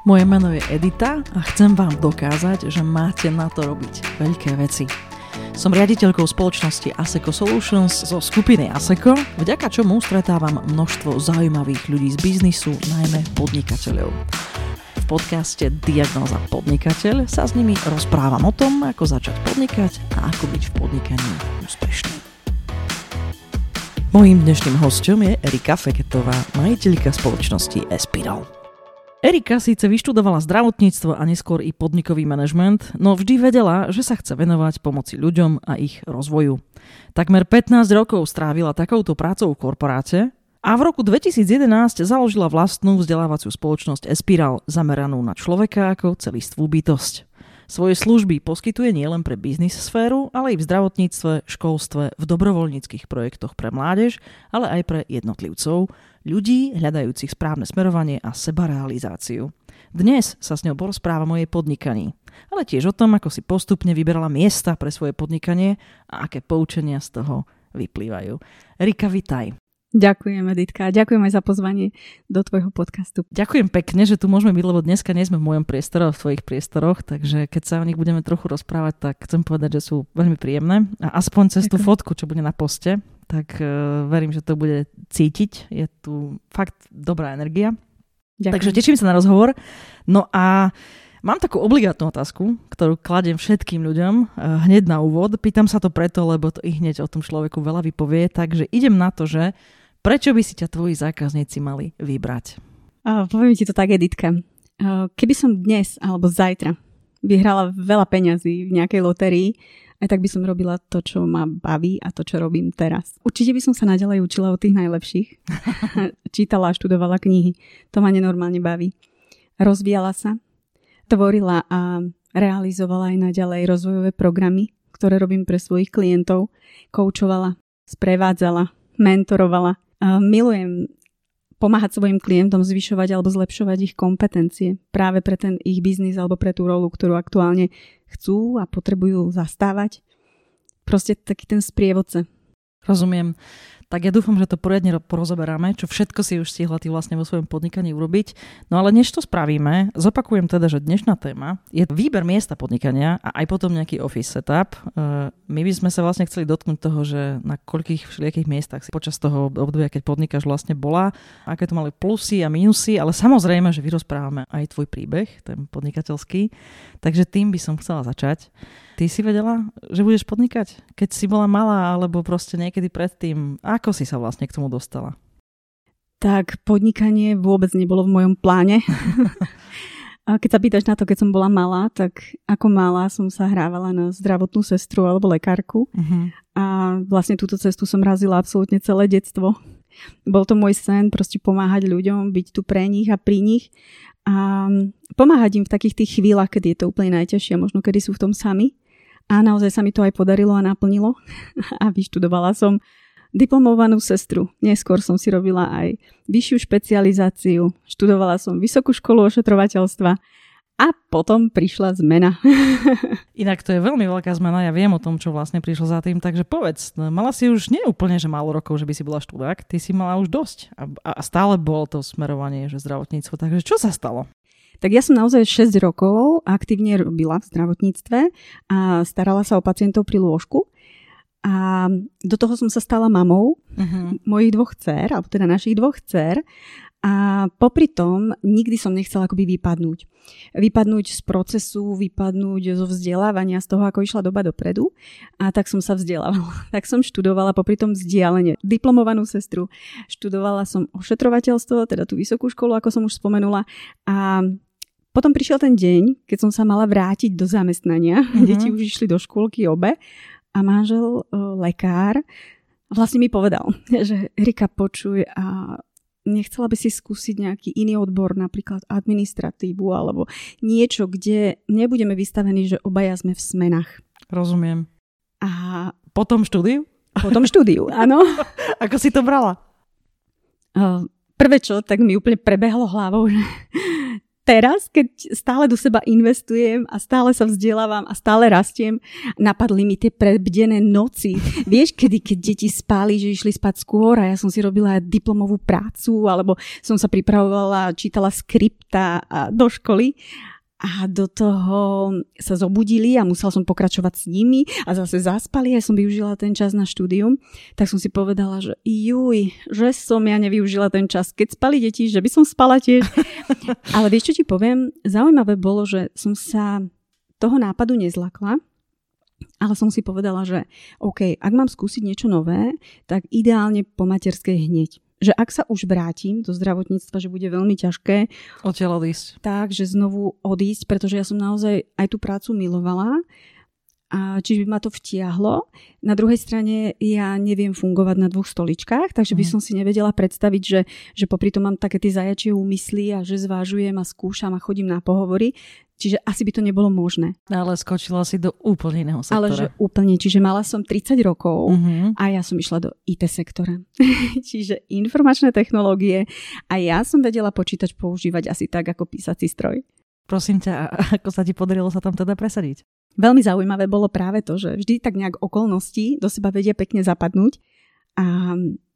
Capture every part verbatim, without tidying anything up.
Moje meno je Edita a chcem vám dokázať, že máte na to robiť veľké veci. Som riaditeľkou spoločnosti Asseco Solutions zo skupiny Asseco, vďaka čomu stretávam množstvo zaujímavých ľudí z biznisu, najmä podnikateľov. V podcaste Diagnóza podnikateľ sa s nimi rozprávam o tom, ako začať podnikať a ako byť v podnikaní úspešný. Mojím dnešným hosťom je Erika Feketová, majiteľka spoločnosti Espiral. Erika síce vyštudovala zdravotníctvo a neskôr i podnikový manažment, no vždy vedela, že sa chce venovať pomoci ľuďom a ich rozvoju. Takmer pätnásť rokov strávila takouto prácou v korporáte a v roku dvetisíc jedenásť založila vlastnú vzdelávaciu spoločnosť Espiral zameranú na človeka ako celistvú bytosť. Svoje služby poskytuje nielen pre biznis sféru, ale i v zdravotníctve, školstve, v dobrovoľníckych projektoch pre mládež, ale aj pre jednotlivcov, ľudí hľadajúcich správne smerovanie a sebarealizáciu. Dnes sa s ňou porozprávam o jej podnikaní, ale tiež o tom, ako si postupne vyberala miesta pre svoje podnikanie a aké poučenia z toho vyplývajú. Erika, vitaj. Ďakujem, Editka. Ďakujem aj za pozvanie do tvojho podcastu. Ďakujem pekne, že tu môžeme byť, lebo dneska nie sme v mojom priestore, ale v tvojich priestoroch, takže keď sa o nich budeme trochu rozprávať, tak chcem povedať, že sú veľmi príjemné. A aspoň cez tú fotku, čo bude na poste, tak uh, verím, že to bude cítiť. Je tu fakt dobrá energia. Ďakujem. Takže teším sa na rozhovor. No a mám takú obligátnu otázku, ktorú kladiem všetkým ľuďom uh, hneď na úvod. Pýtam sa to preto, lebo to i hneď o tom človeku veľa vypovie, takže idem na to, že prečo by si ťa tvoji zákazníci mali vybrať? Uh, poviem ti to tak, Editka. Uh, keby som dnes alebo zajtra vyhrala veľa peňazí v nejakej lotérii, aj tak by som robila to, čo ma baví a to, čo robím teraz. Určite by som sa naďalej učila od tých najlepších. Čítala a študovala knihy. To ma nenormálne baví. Rozvíjala sa, tvorila a realizovala aj naďalej rozvojové programy, ktoré robím pre svojich klientov. Koučovala, sprevádzala, mentorovala. Milujem pomáhať svojim klientom zvyšovať alebo zlepšovať ich kompetencie práve pre ten ich biznis alebo pre tú rolu, ktorú aktuálne chcú a potrebujú zastávať. Proste taký ten sprievodca. Rozumiem. Tak ja dúfam, že to poriadne porozoberáme, čo všetko si už stihla ty vlastne vo svojom podnikaní urobiť. No ale než to spravíme, zopakujem teda, že dnešná téma je výber miesta podnikania a aj potom nejaký office setup. My by sme sa vlastne chceli dotknúť toho, že na koľkých všelijakých miestach si počas toho obdobia, keď podnikáš, vlastne bola, aké to mali plusy a minusy, ale samozrejme, že vyrozprávame aj tvoj príbeh, ten podnikateľský. Takže tým by som chcela začať. Ty si vedela, že budeš podnikať, keď si bola malá, alebo proste niekedy predtým? Ako si sa vlastne k tomu dostala? Tak podnikanie vôbec nebolo v mojom pláne. Keď sa pýtaš na to, keď som bola malá, tak ako malá som sa hrávala na zdravotnú sestru alebo lekárku. Uh-huh. A vlastne túto cestu som razila absolútne celé detstvo. Bol to môj sen, proste pomáhať ľuďom, byť tu pre nich a pri nich. A pomáhať im v takých tých chvíľach, kedy je to úplne najťažšie, možno kedy sú v tom sami. A naozaj sa mi to aj podarilo a naplnilo. A vyštudovala som diplomovanú sestru. Neskôr som si robila aj vyššiu špecializáciu. Študovala som vysokú školu ošetrovateľstva. A potom prišla zmena. Inak to je veľmi veľká zmena. Ja viem o tom, čo vlastne prišlo za tým. Takže povedz, mala si už nie úplne, že málo rokov, že by si bola študák. Ty si mala už dosť. A, a stále bolo to smerovanie, že zdravotníctvo. Takže čo sa stalo? Tak ja som naozaj šesť rokov aktívne robila v zdravotníctve a starala sa o pacientov pri lôžku. A do toho som sa stala mamou uh-huh. mojich dvoch dcér, alebo teda našich dvoch dcér. A popri tom nikdy som nechcela akoby vypadnúť. Vypadnúť z procesu, vypadnúť zo vzdelávania, z toho, ako išla doba dopredu. A tak som sa vzdelávala. Tak som študovala popri tom vzdialenie diplomovanú sestru. Študovala som ošetrovateľstvo, teda tú vysokú školu, ako som už spomenula. A potom prišiel ten deň, keď som sa mala vrátiť do zamestnania. Mm-hmm. Deti už išli do škôlky obe. A manžel, lekár, vlastne mi povedal, že Erika, počuj, a nechcela by si skúsiť nejaký iný odbor, napríklad administratívu alebo niečo, kde nebudeme vystavení, že obaja sme v smenách. Rozumiem. A potom štúdiu? Potom štúdiu, áno. Ako si to brala? Prvé čo, tak mi úplne prebehlo hlavou, že teraz, keď stále do seba investujem a stále sa vzdelávam a stále rastiem, napadli mi tie prebdené noci. Vieš, kedy keď deti spali, že išli spať skôr a ja som si robila diplomovú prácu alebo som sa pripravovala, čítala skripta do školy a do toho sa zobudili a musela som pokračovať s nimi a zase zaspali a som využila ten čas na štúdium. Tak som si povedala, že juj, že som ja nevyužila ten čas, keď spali deti, že by som spala tiež. Ale vieš, čo ti poviem? Zaujímavé bolo, že som sa toho nápadu nezlakla, ale som si povedala, že OK, ak mám skúsiť niečo nové, tak ideálne po materskej hneď. Že ak sa už vrátim do zdravotníctva, že bude veľmi ťažké odtiaľ odísť. Tak, že znovu odísť, pretože ja som naozaj aj tú prácu milovala. A čiže by ma to vtiahlo. Na druhej strane ja neviem fungovať na dvoch stoličkách, takže by som si nevedela predstaviť, že, že popri tom mám také tie zajačie úmysly a že zvážujem a skúšam a chodím na pohovory. Čiže asi by to nebolo možné. Ale skočila si do úplne iného sektora. Ale že úplne. Čiže mala som tridsať rokov uh-huh. a ja som išla do í té sektora. Čiže informačné technológie a ja som vedela počítač používať asi tak, ako písací stroj. Prosím ťa, ako sa ti podarilo sa tam teda presadiť? Veľmi zaujímavé bolo práve to, že vždy tak nejak okolnosti do seba vedia pekne zapadnúť a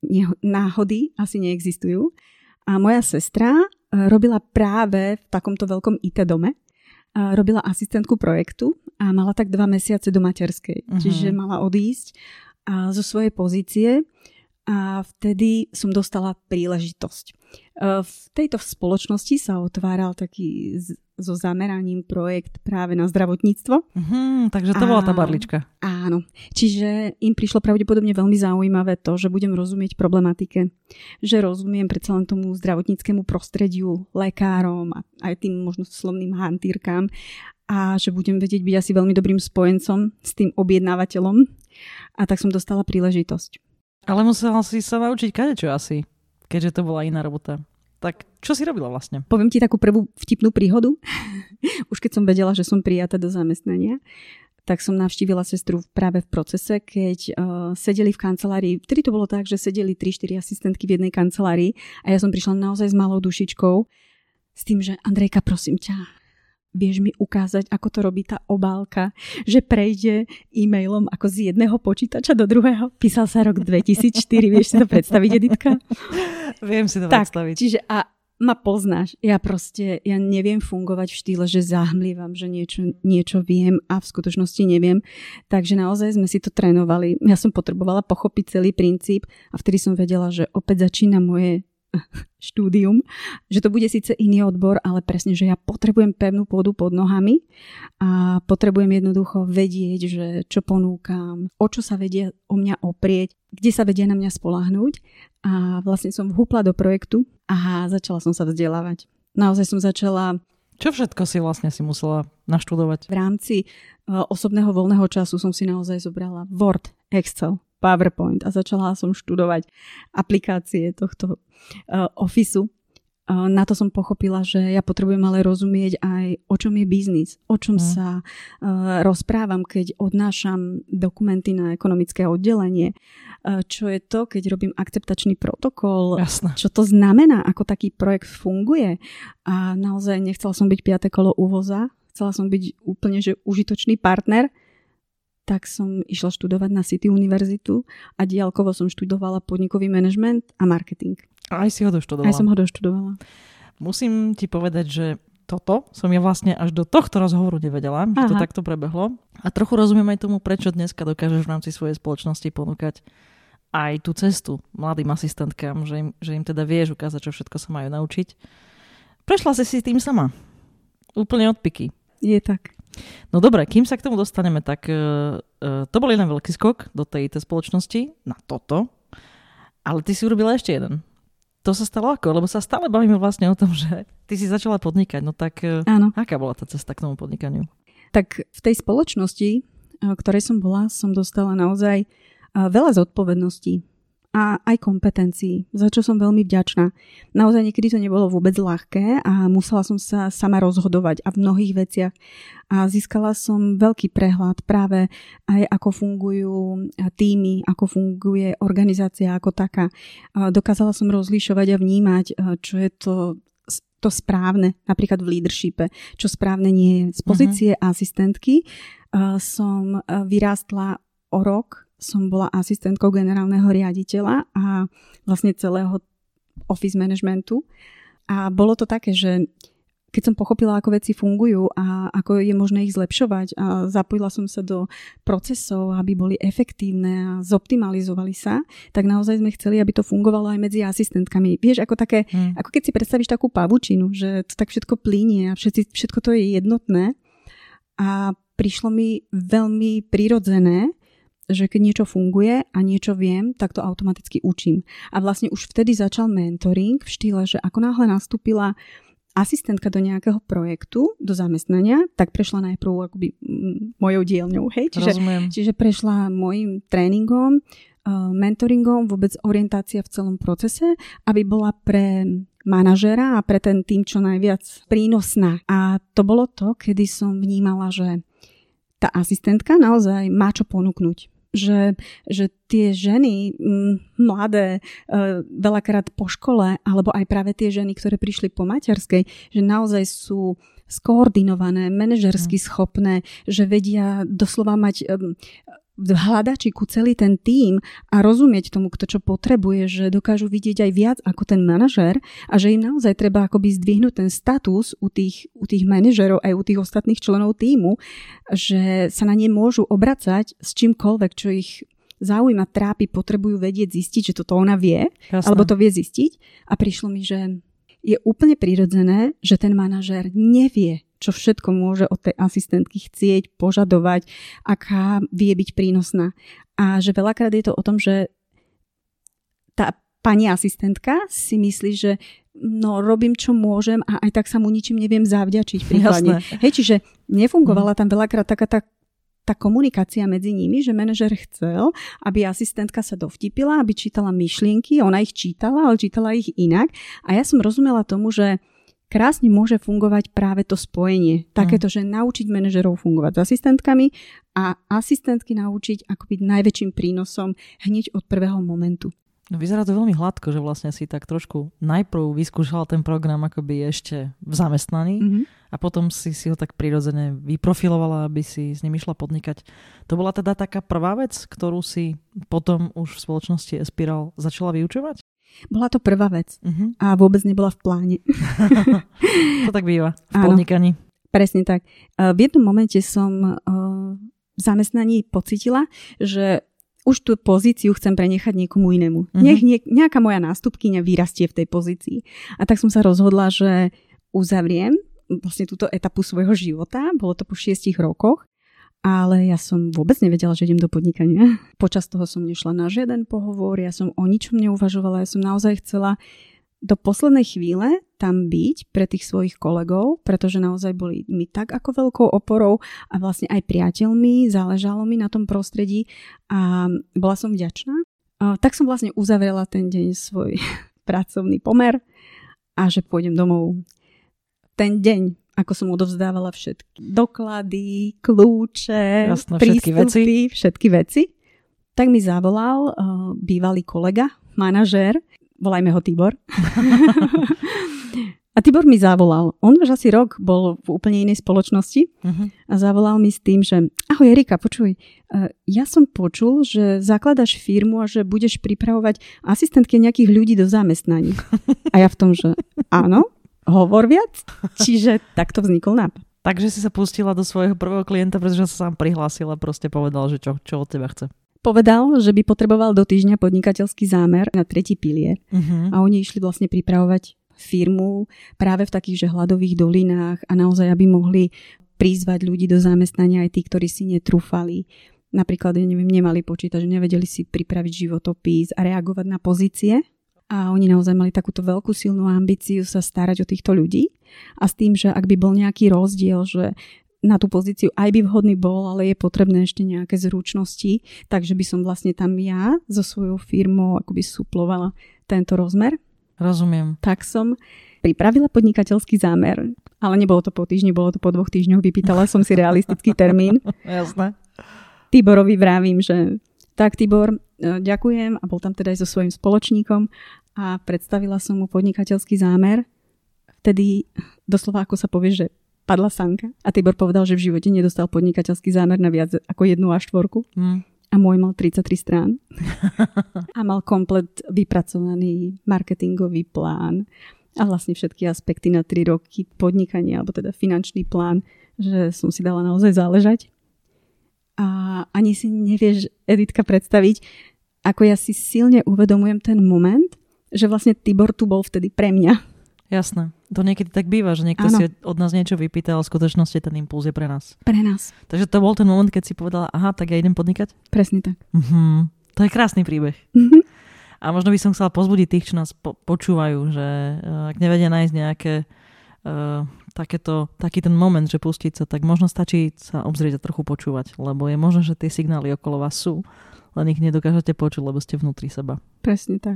náhody asi neexistujú. A moja sestra robila práve v takomto veľkom í té dome, robila asistentku projektu a mala tak dva mesiace do materskej. Uh-huh. Čiže mala odísť zo svojej pozície a vtedy som dostala príležitosť. V tejto spoločnosti sa otváral taký so zameraním projekt práve na zdravotníctvo. Uh-huh, takže to a, bola tá barlička. Áno. Čiže im prišlo pravdepodobne veľmi zaujímavé to, že budem rozumieť problematike, že rozumiem predsa len tomu zdravotníckemu prostrediu, lekárom a aj tým možno slovným hantírkam a že budem vedieť byť asi veľmi dobrým spojencom s tým objednávateľom. A tak som dostala príležitosť. Ale musela si sa naučiť kadečo asi, keďže to bola iná robota. Tak čo si robila vlastne? Poviem ti takú prvú vtipnú príhodu. Už keď som vedela, že som prijatá do zamestnania, tak som navštívila sestru práve v procese, keď uh, sedeli v kancelárii. Vtedy to bolo tak, že sedeli tri štyri asistentky v jednej kancelárii a ja som prišla naozaj s malou dušičkou s tým, že Andrejka, prosím ťa, vieš mi ukázať, ako to robí tá obálka, že prejde e-mailom ako z jedného počítača do druhého. Písal sa rok dvetisícštyri, vieš si to predstaviť, Editka? Viem si to tak, predstaviť. Čiže a ma poznáš. Ja proste, ja neviem fungovať v štýle, že zahmlievam, že niečo, niečo viem a v skutočnosti neviem. Takže naozaj sme si to trénovali. Ja som potrebovala pochopiť celý princíp a vtedy som vedela, že opäť začína moje štúdium, že to bude síce iný odbor, ale presne, že ja potrebujem pevnú pôdu pod nohami a potrebujem jednoducho vedieť, že čo ponúkam, o čo sa vedia o mňa oprieť, kde sa vedia na mňa spoľahnúť a vlastne som vhúpla do projektu a začala som sa vzdelávať. Naozaj som začala... Čo všetko si vlastne si musela naštudovať? V rámci uh, osobného voľného času som si naozaj zobrala Word, Excel, PowerPoint a začala som študovať aplikácie tohto uh, Officeu. Uh, na to som pochopila, že ja potrebujem ale rozumieť aj o čom je biznis, o čom mm. sa uh, rozprávam, keď odnášam dokumenty na ekonomické oddelenie, uh, čo je to, keď robím akceptačný protokol, Jasne. Čo to znamená, ako taký projekt funguje. A naozaj nechcela som byť piate kolo u voza, chcela som byť úplne že užitočný partner, tak som išla študovať na City univerzitu a diaľkovo som študovala podnikový manažment a marketing. A aj si ho doštudovala. Aj som ho doštudovala. Musím ti povedať, že toto som ja vlastne až do tohto rozhovoru nevedela, Aha. že to takto prebehlo. A trochu rozumiem aj tomu, prečo dneska dokážeš v rámci svojej spoločnosti ponúkať aj tú cestu mladým asistentkám, že im, že im teda vieš ukázať, čo všetko sa majú naučiť. Prešla si si tým sama. Úplne od piky. Je tak. No dobre, kým sa k tomu dostaneme, tak uh, uh, to bol jeden veľký skok do tej, tej spoločnosti na toto, ale ty si urobila ešte jeden. To sa stalo ako? Lebo sa stále bavíme vlastne o tom, že ty si začala podnikať, no tak uh, aká bola tá cesta k tomu podnikaniu? Tak v tej spoločnosti, uh, ktorej som bola, som dostala naozaj uh, veľa zodpovedností a aj kompetencií, za čo som veľmi vďačná. Naozaj niekedy to nebolo vôbec ľahké a musela som sa sama rozhodovať a v mnohých veciach. A získala som veľký prehľad práve aj ako fungujú týmy, ako funguje organizácia ako taká. Dokázala som rozlišovať a vnímať, čo je to to správne, napríklad v leadershipe, čo správne nie je. Z pozície uh-huh. asistentky uh, som uh, vyrástla o rok, som bola asistentkou generálneho riaditeľa a vlastne celého office managementu. A bolo to také, že keď som pochopila, ako veci fungujú a ako je možné ich zlepšovať a zapojila som sa do procesov, aby boli efektívne a zoptimalizovali sa, tak naozaj sme chceli, aby to fungovalo aj medzi asistentkami. Vieš, ako také, hmm. ako keď si predstavíš takú pavučinu, že to tak všetko plynie a všetci, všetko to je jednotné. A prišlo mi veľmi prirodzené, že keď niečo funguje a niečo viem, tak to automaticky učím. A vlastne už vtedy začal mentoring v štýle, že ako náhle nastúpila asistentka do nejakého projektu, do zamestnania, tak prešla najprv akoby mojou dielňou, hej? Čiže, čiže prešla môjim tréningom, uh, mentoringom, vôbec orientácia v celom procese, aby bola pre manažera a pre ten tým čo najviac prínosná. A to bolo to, kedy som vnímala, že tá asistentka naozaj má čo ponúknuť. Že, že tie ženy m, mladé, e, veľakrát po škole, alebo aj práve tie ženy, ktoré prišli po materskej, že naozaj sú skoordinované, manažersky schopné, že vedia doslova mať e, v hľadačiku celý ten tím a rozumieť tomu, kto čo potrebuje, že dokážu vidieť aj viac ako ten manažér a že im naozaj treba akoby zdvihnúť ten status u tých, u tých manažerov aj u tých ostatných členov tímu, že sa na ne môžu obracať s čímkoľvek, čo ich zaujíma, trápi, potrebujú vedieť, zistiť, že toto ona vie, Jasné. Alebo to vie zistiť. A prišlo mi, že je úplne prirodzené, že ten manažér nevie, čo všetko môže od tej asistentky chcieť, požadovať, aká vie byť prínosná. A že veľakrát je to o tom, že tá pani asistentka si myslí, že no robím, čo môžem a aj tak sa mu ničím neviem zavďačiť príkladne. Hej, čiže nefungovala tam veľakrát taká tá tá komunikácia medzi nimi, že manažer chcel, aby asistentka sa dovtipila, aby čítala myšlienky, ona ich čítala, ale čítala ich inak. A ja som rozumela tomu, že krásne môže fungovať práve to spojenie. Takéto, že naučiť manažerov fungovať s asistentkami a asistentky naučiť ako byť najväčším prínosom hneď od prvého momentu. No, vyzerá to veľmi hladko, že vlastne si tak trošku najprv vyskúšala ten program akoby ešte v zamestnaní mm-hmm. a potom si si ho tak prirodzene vyprofilovala, aby si s ním išla podnikať. To bola teda taká prvá vec, ktorú si potom už v spoločnosti Espiral začala vyučovať? Bola to prvá vec uh-huh. a vôbec nebola v pláne. To tak býva v podnikaní. Presne tak. V jednom momente som v zamestnaní pocítila, že už tú pozíciu chcem prenechať niekomu inému. Uh-huh. Nech nie, nejaká moja nástupkyňa vyrastie v tej pozícii. A tak som sa rozhodla, že uzavriem vlastne túto etapu svojho života. Bolo to po šiestich rokoch. Ale ja som vôbec nevedela, že idem do podnikania. Počas toho som nešla na žiaden pohovor, ja som o ničom neuvažovala, ja som naozaj chcela do poslednej chvíle tam byť pre tých svojich kolegov, pretože naozaj boli mi tak ako veľkou oporou a vlastne aj priateľmi, záležalo mi na tom prostredí a bola som vďačná. A tak som vlastne uzavrela ten deň svoj pracovný pomer a že pôjdem domov. Ten deň, ako som odovzdávala všetky doklady, kľúče, Jasno, prístupy, všetky veci. všetky veci, tak mi zavolal uh, bývalý kolega, manažér, volajme ho Tibor. A Tibor mi zavolal. On už asi rok bol v úplne inej spoločnosti uh-huh. a zavolal mi s tým, že ahoj Erika, počuj, uh, ja som počul, že zakladaš firmu a že budeš pripravovať asistentky nejakých ľudí do zamestnaní. A ja v tom, že áno, hovor viac. Čiže takto vznikol nápad. Takže si sa pustila do svojho prvého klienta, pretože sa sám prihlásil a proste povedal, že čo, čo od teba chce. Povedal, že by potreboval do týždňa podnikateľský zámer na tretí pilier. Uh-huh. A oni išli vlastne pripravovať firmu práve v takých že hladových dolinách a naozaj, aby mohli prizvať ľudí do zamestnania aj tí, ktorí si netrúfali. Napríklad, ja neviem, nemali počítač, nevedeli si pripraviť životopis a reagovať na pozície. A oni naozaj mali takúto veľkú silnú ambíciu sa starať o týchto ľudí. A s tým, že ak by bol nejaký rozdiel, že na tú pozíciu aj by vhodný bol, ale je potrebné ešte nejaké zručnosti, takže by som vlastne tam ja so svojou firmou akoby suplovala tento rozmer. Rozumiem. Tak som pripravila podnikateľský zámer, ale nebolo to po týždni, bolo to po dvoch týždňoch. Vypýtala som si realistický termín. Jasné. Tiborovi vravím, že tak Tibor, ďakujem a bol tam teda aj so svojím spoločníkom a predstavila som mu podnikateľský zámer. vtedy doslova ako sa povie, že padla sanka a Tibor povedal, že v živote nedostal podnikateľský zámer na viac ako jednu á štvorku. Mm. A môj mal tridsaťtri strán. A mal komplet vypracovaný marketingový plán a vlastne všetky aspekty na tri roky podnikania, alebo teda finančný plán, že som si dala naozaj záležať. A ani si nevieš, Editka, predstaviť, ako ja si silne uvedomujem ten moment, že vlastne Tibor tu bol vtedy pre mňa. Jasné. To niekedy tak býva, že niekto ano. Si od nás niečo vypýta, ale v skutočnosti ten impuls je pre nás. Pre nás. Takže to bol ten moment, keď si povedala, aha, tak ja idem podnikať? Presne tak. Uh-huh. To je krásny príbeh. Uh-huh. A možno by som chcela pozbudiť tých, čo nás po- počúvajú, že uh, ak nevedia nájsť nejaké uh, takéto, taký ten moment, že pustiť sa, tak možno stačí sa obzrieť a trochu počúvať, lebo je možné, že tie signály okolo vás sú, len ich nedokážete počuť, lebo ste vnútri seba. Presne tak.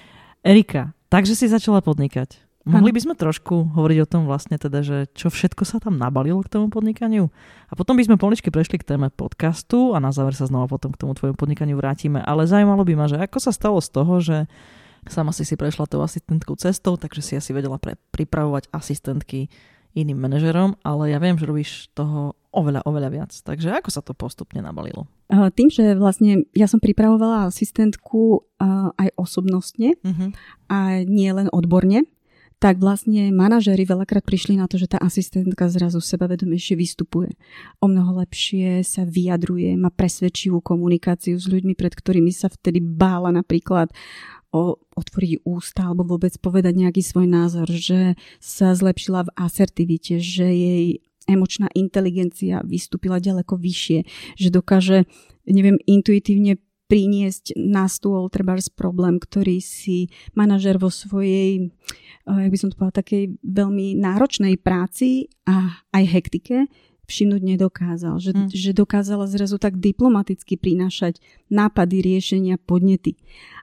Erika, takže si začala podnikať. Mohli by sme trošku hovoriť o tom vlastne teda, že čo všetko sa tam nabalilo k tomu podnikaniu? A potom by sme poličky prešli k téme podcastu a na záver sa znova potom k tomu tvojmu podnikaniu vrátime. Ale zaujímalo by ma, že ako sa stalo z toho, že sama si si prešla tou asistentkou cestou, takže si asi vedela pre, pripravovať asistentky iným manažerom, ale ja viem, že robíš toho oveľa, oveľa viac. Takže ako sa to postupne nabalilo? Tým, že vlastne ja som pripravovala asistentku aj osobnostne uh-huh. a nie len odborne, tak vlastne manažéri veľakrát prišli na to, že tá asistentka zrazu sebavedomejšie vystupuje. O mnoho lepšie sa vyjadruje, má presvedčivú komunikáciu s ľuďmi, pred ktorými sa vtedy bála napríklad o, otvoriť ústa alebo vôbec povedať nejaký svoj názor, že sa zlepšila v asertivite, že jej emočná inteligencia vystúpila ďaleko vyššie, že dokáže, neviem, intuitívne priniesť na stôl trebárs problém, ktorý si manažer vo svojej, jak by som to povedala, takej veľmi náročnej práci a aj hektike všimnúť nedokázal. Že, mm. že dokázala zrazu tak diplomaticky prinášať nápady, riešenia, podnety.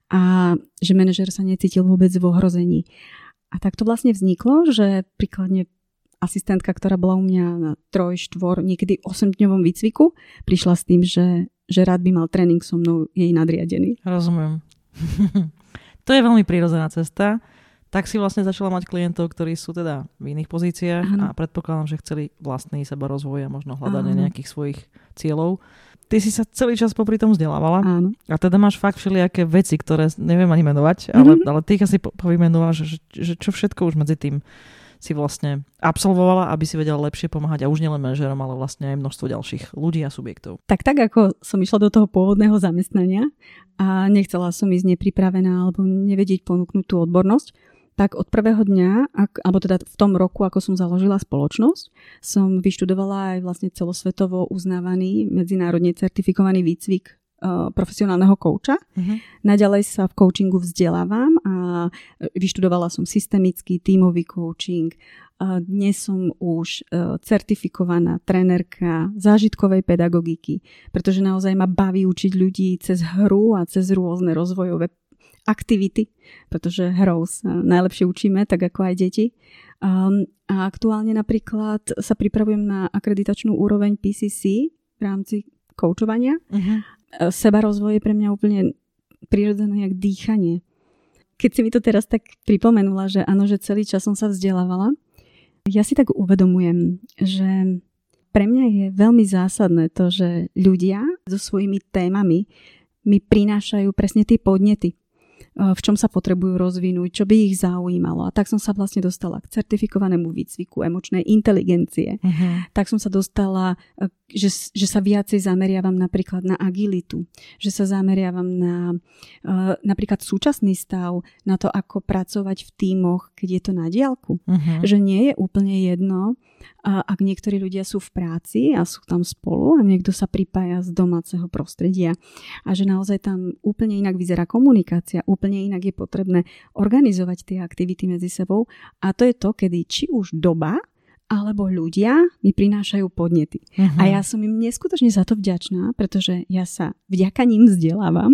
A že manažer sa necítil vôbec v ohrození. A tak to vlastne vzniklo, že príkladne asistentka, ktorá bola u mňa na troj, štvor, niekedy osemdňovom výcviku, prišla s tým, že že rád by mal tréning so mnou jej nadriadený. Rozumiem. To je veľmi prirodzená cesta. Tak si vlastne začala mať klientov, ktorí sú teda v iných pozíciách Aha. a predpokladám, že chceli vlastný seba rozvoj a možno hľadanie Aha. nejakých svojich cieľov. Ty si sa celý čas popri tom vzdelávala Áno. a teda máš fakt všelijaké veci, ktoré neviem ani menovať, mm-hmm. ale, ale ty si povymenovala, že, že čo všetko už medzi tým si vlastne absolvovala, aby si vedela lepšie pomáhať a už nielen manažerom, ale vlastne aj množstvo ďalších ľudí a subjektov. Tak tak, ako som išla do toho pôvodného zamestnania a nechcela som ísť nepripravená alebo nevedieť ponúknuť tú odbornosť, tak od prvého dňa, ak, alebo teda v tom roku, ako som založila spoločnosť, som vyštudovala aj vlastne celosvetovo uznávaný, medzinárodne certifikovaný výcvik profesionálneho kouča. Uh-huh. Naďalej sa v coachingu vzdelávam a vyštudovala som systemický tímový coaching. Dnes som už certifikovaná trénerka zážitkovej pedagogiky, pretože naozaj ma baví učiť ľudí cez hru a cez rôzne rozvojové aktivity, pretože hrou sa najlepšie učíme, tak ako aj deti. A aktuálne napríklad sa pripravujem na akreditačnú úroveň pé cé cé v rámci koučovania. Uh-huh. Sebarozvoj je pre mňa úplne prirodzené jak dýchanie. Keď si mi to teraz tak pripomenula, že áno, že celý čas som sa vzdelávala, ja si tak uvedomujem, že pre mňa je veľmi zásadné to, že ľudia so svojimi témami mi prinášajú presne tie podnety, v čom sa potrebujú rozvinúť, čo by ich zaujímalo. A tak som sa vlastne dostala k certifikovanému výcviku emočnej inteligencie. Uh-huh. Tak som sa dostala, že, že sa viacej zameriavam napríklad na agilitu, že sa zameriavam na uh, napríklad súčasný stav, na to, ako pracovať v tímoch, keď je to na diaľku. Uh-huh. Že nie je úplne jedno, a ak niektorí ľudia sú v práci a sú tam spolu a niekto sa pripája z domáceho prostredia a že naozaj tam úplne inak vyzerá komunikácia, úplne inak je potrebné organizovať tie aktivity medzi sebou a to je to, kedy či už doba alebo ľudia mi prinášajú podnety. Uh-huh. A ja som im neskutočne za to vďačná, pretože ja sa vďaka ním vzdelávam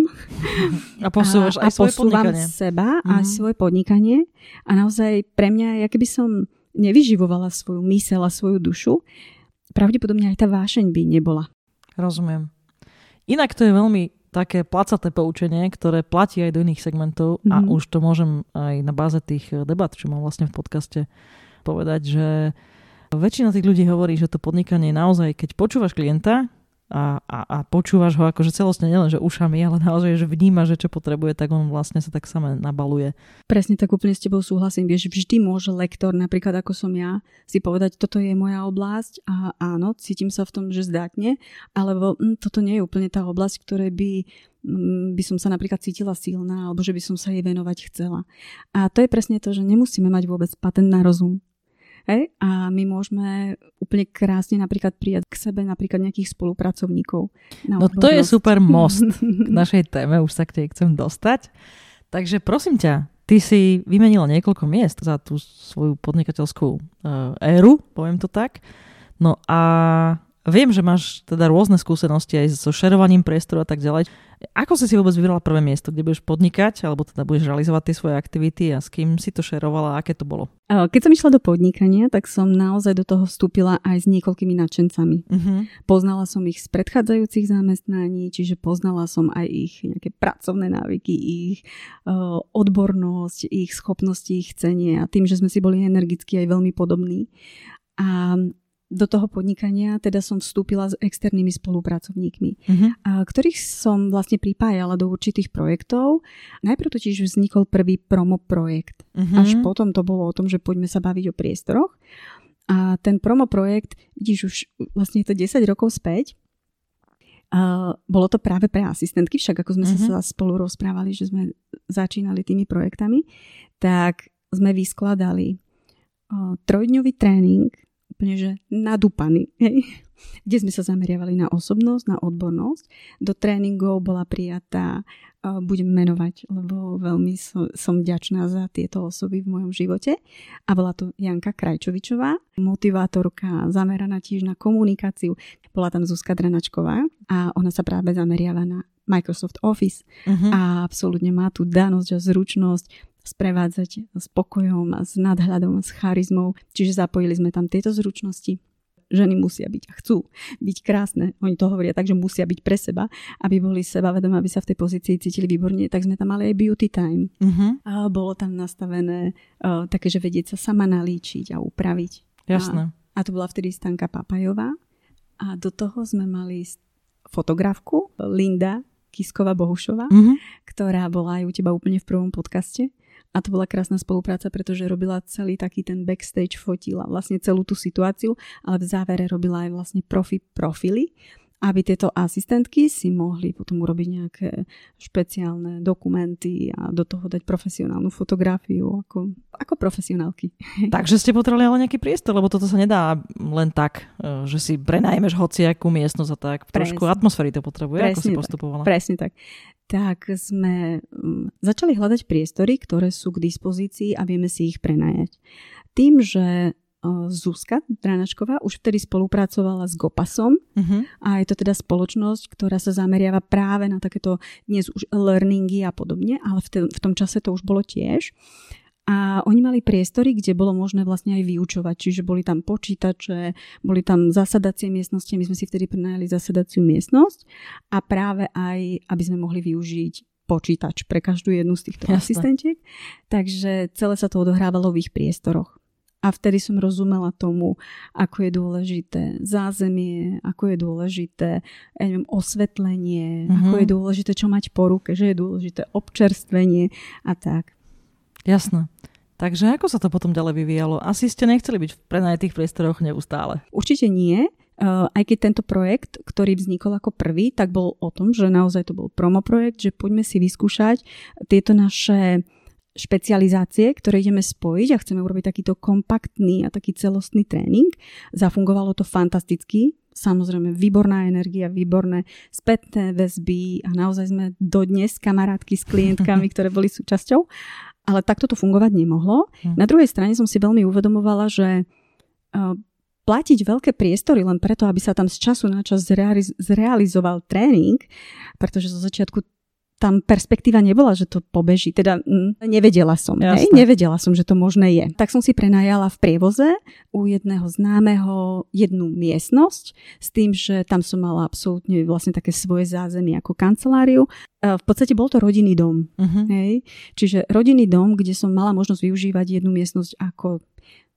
a posúvaš a, aj svoje posúvam podnikanie. seba uh-huh. a svoje podnikanie a naozaj pre mňa, ja keby som nevyživovala svoju myseľ a svoju dušu, pravdepodobne aj tá vášeň by nebola. Rozumiem. Inak to je veľmi také placaté poučenie, ktoré platí aj do iných segmentov mm-hmm. a už to môžem aj na báze tých debat, čo mám vlastne v podcaste povedať, že väčšina tých ľudí hovorí, že to podnikanie je naozaj, keď počúvaš klienta a, a, a počúvaš ho akože celostne, nielen že ušami, ale naozaj, že vníma, že čo potrebuje, tak on vlastne sa tak samé nabaluje. Presne tak úplne s tebou súhlasím. Vieš, vždy môže lektor, napríklad ako som ja, si povedať, toto je moja oblasť a áno, cítim sa v tom, že zdatne, alebo hm, toto nie je úplne tá oblasť, ktorej by by som sa napríklad cítila silná, alebo že by som sa jej venovať chcela. A to je presne to, že nemusíme mať vôbec patent na rozum. Hej? A my môžeme úplne krásne napríklad prijať k sebe napríklad nejakých spolupracovníkov. No to je super most k našej téme, už sa k tej chcem dostať. Takže prosím ťa, ty si vymenila niekoľko miest za tú svoju podnikateľskú éru, poviem to tak. No a viem, že máš teda rôzne skúsenosti aj so šerovaním priestoru a tak ďalej. Ako si si vôbec vybrala prvé miesto, kde budeš podnikať, alebo teda budeš realizovať tie svoje aktivity a s kým si to šerovala a aké to bolo? Keď som išla do podnikania, tak som naozaj do toho vstúpila aj s niekoľkými nadšencami. Uh-huh. Poznala som ich z predchádzajúcich zamestnaní, čiže poznala som aj ich nejaké pracovné návyky, ich uh, odbornosť, ich schopnosti, ich cenie a tým, že sme si boli energicky aj veľmi podobní. A do toho podnikania teda som vstúpila s externými spolupracovníkmi, uh-huh. a ktorých som vlastne pripájala do určitých projektov. Najprv totiž vznikol prvý promo projekt. Uh-huh. Až potom to bolo o tom, že poďme sa baviť o priestoroch. A ten promo projekt, vidíš, už vlastne je to desať rokov späť. Uh, bolo to práve pre asistentky, však ako sme uh-huh. sa spolu rozprávali, že sme začínali tými projektami, tak sme vyskladali uh, trojdňový tréning, úplne, že nadúpaný, hej? Kde sme sa zameriavali na osobnosť, na odbornosť. Do tréningov bola prijatá, uh, budem menovať, lebo veľmi som, som vďačná za tieto osoby v mojom živote. A bola to Janka Krajčovičová, motivátorka, zameraná tiež na komunikáciu. Bola tam Zuzka Dranačková a ona sa práve zameriava na Microsoft Office. Uh-huh. A absolútne má tú danosť a zručnosť sprevádzať s pokojom a s nadhľadom a s charizmou. Čiže zapojili sme tam tieto zručnosti. Ženy musia byť a chcú byť krásne. Oni to hovoria tak, že musia byť pre seba, aby boli sebavedomé, aby sa v tej pozícii cítili výborne. Tak sme tam mali aj beauty time. Uh-huh. A bolo tam nastavené uh, také, že vedieť sa sama nalíčiť a upraviť. Jasné. A, a to bola vtedy Stanka Papajová. A do toho sme mali fotografku Linda Kisková-Bohušová, uh-huh. ktorá bola aj u teba úplne v prvom podcaste. A to bola krásna spolupráca, pretože robila celý taký ten backstage, fotila vlastne celú tú situáciu, ale v závere robila aj vlastne profi profily, aby tieto asistentky si mohli potom urobiť nejaké špeciálne dokumenty a do toho dať profesionálnu fotografiu ako, ako profesionálky. Takže ste potrebovali ale nejaký priestor, lebo toto sa nedá len tak, že si prenajmeš hociakú miestnosť a tak. Trošku presne. Atmosféry to potrebuje, presne ako si postupovala. Tak, presne tak. Tak sme um, začali hľadať priestory, ktoré sú k dispozícii a vieme si ich prenajať. Tým, že uh, Zuzka Dranačková už vtedy spolupracovala s Gopasom uh-huh. a je to teda spoločnosť, ktorá sa zameriava práve na takéto dnes už learningy a podobne, ale v, te, v tom čase to už bolo tiež. A oni mali priestory, kde bolo možné vlastne aj vyučovať. Čiže boli tam počítače, boli tam zasadacie miestnosti. My sme si vtedy prenajali zasadaciu miestnosť a práve aj, aby sme mohli využiť počítač pre každú jednu z týchto Jasne. asistentiek. Takže celé sa to odohrávalo v ich priestoroch. A vtedy som rozumela tomu, ako je dôležité zázemie, ako je dôležité ja neviem, osvetlenie, mm-hmm. ako je dôležité čo mať po ruke, že je dôležité občerstvenie a tak. Jasné. Takže ako sa to potom ďalej vyvíjalo? Asi ste nechceli byť v prenajatých priestoroch neustále. Určite nie. Uh, aj keď tento projekt, ktorý vznikol ako prvý, tak bol o tom, že naozaj to bol promo projekt, že poďme si vyskúšať tieto naše špecializácie, ktoré ideme spojiť a chceme urobiť takýto kompaktný a taký celostný tréning. Zafungovalo to fantasticky. Samozrejme, výborná energia, výborné spätné väzby a naozaj sme dodnes kamarátky s klientkami, ktoré boli súčasťou. Ale takto to fungovať nemohlo. Hmm. Na druhej strane som si veľmi uvedomovala, že uh, platiť veľké priestory len preto, aby sa tam z času na čas zrealiz- zrealizoval tréning, pretože zo začiatku tam perspektíva nebola, že to pobeží. Teda mm, nevedela som. Hej? Nevedela som, že to možné je. Tak som si prenajala v prievoze u jedného známeho jednu miestnosť s tým, že tam som mala absolútne vlastne také svoje zázemie ako kanceláriu. V podstate bol to rodinný dom. Uh-huh. Hej? Čiže rodinný dom, kde som mala možnosť využívať jednu miestnosť ako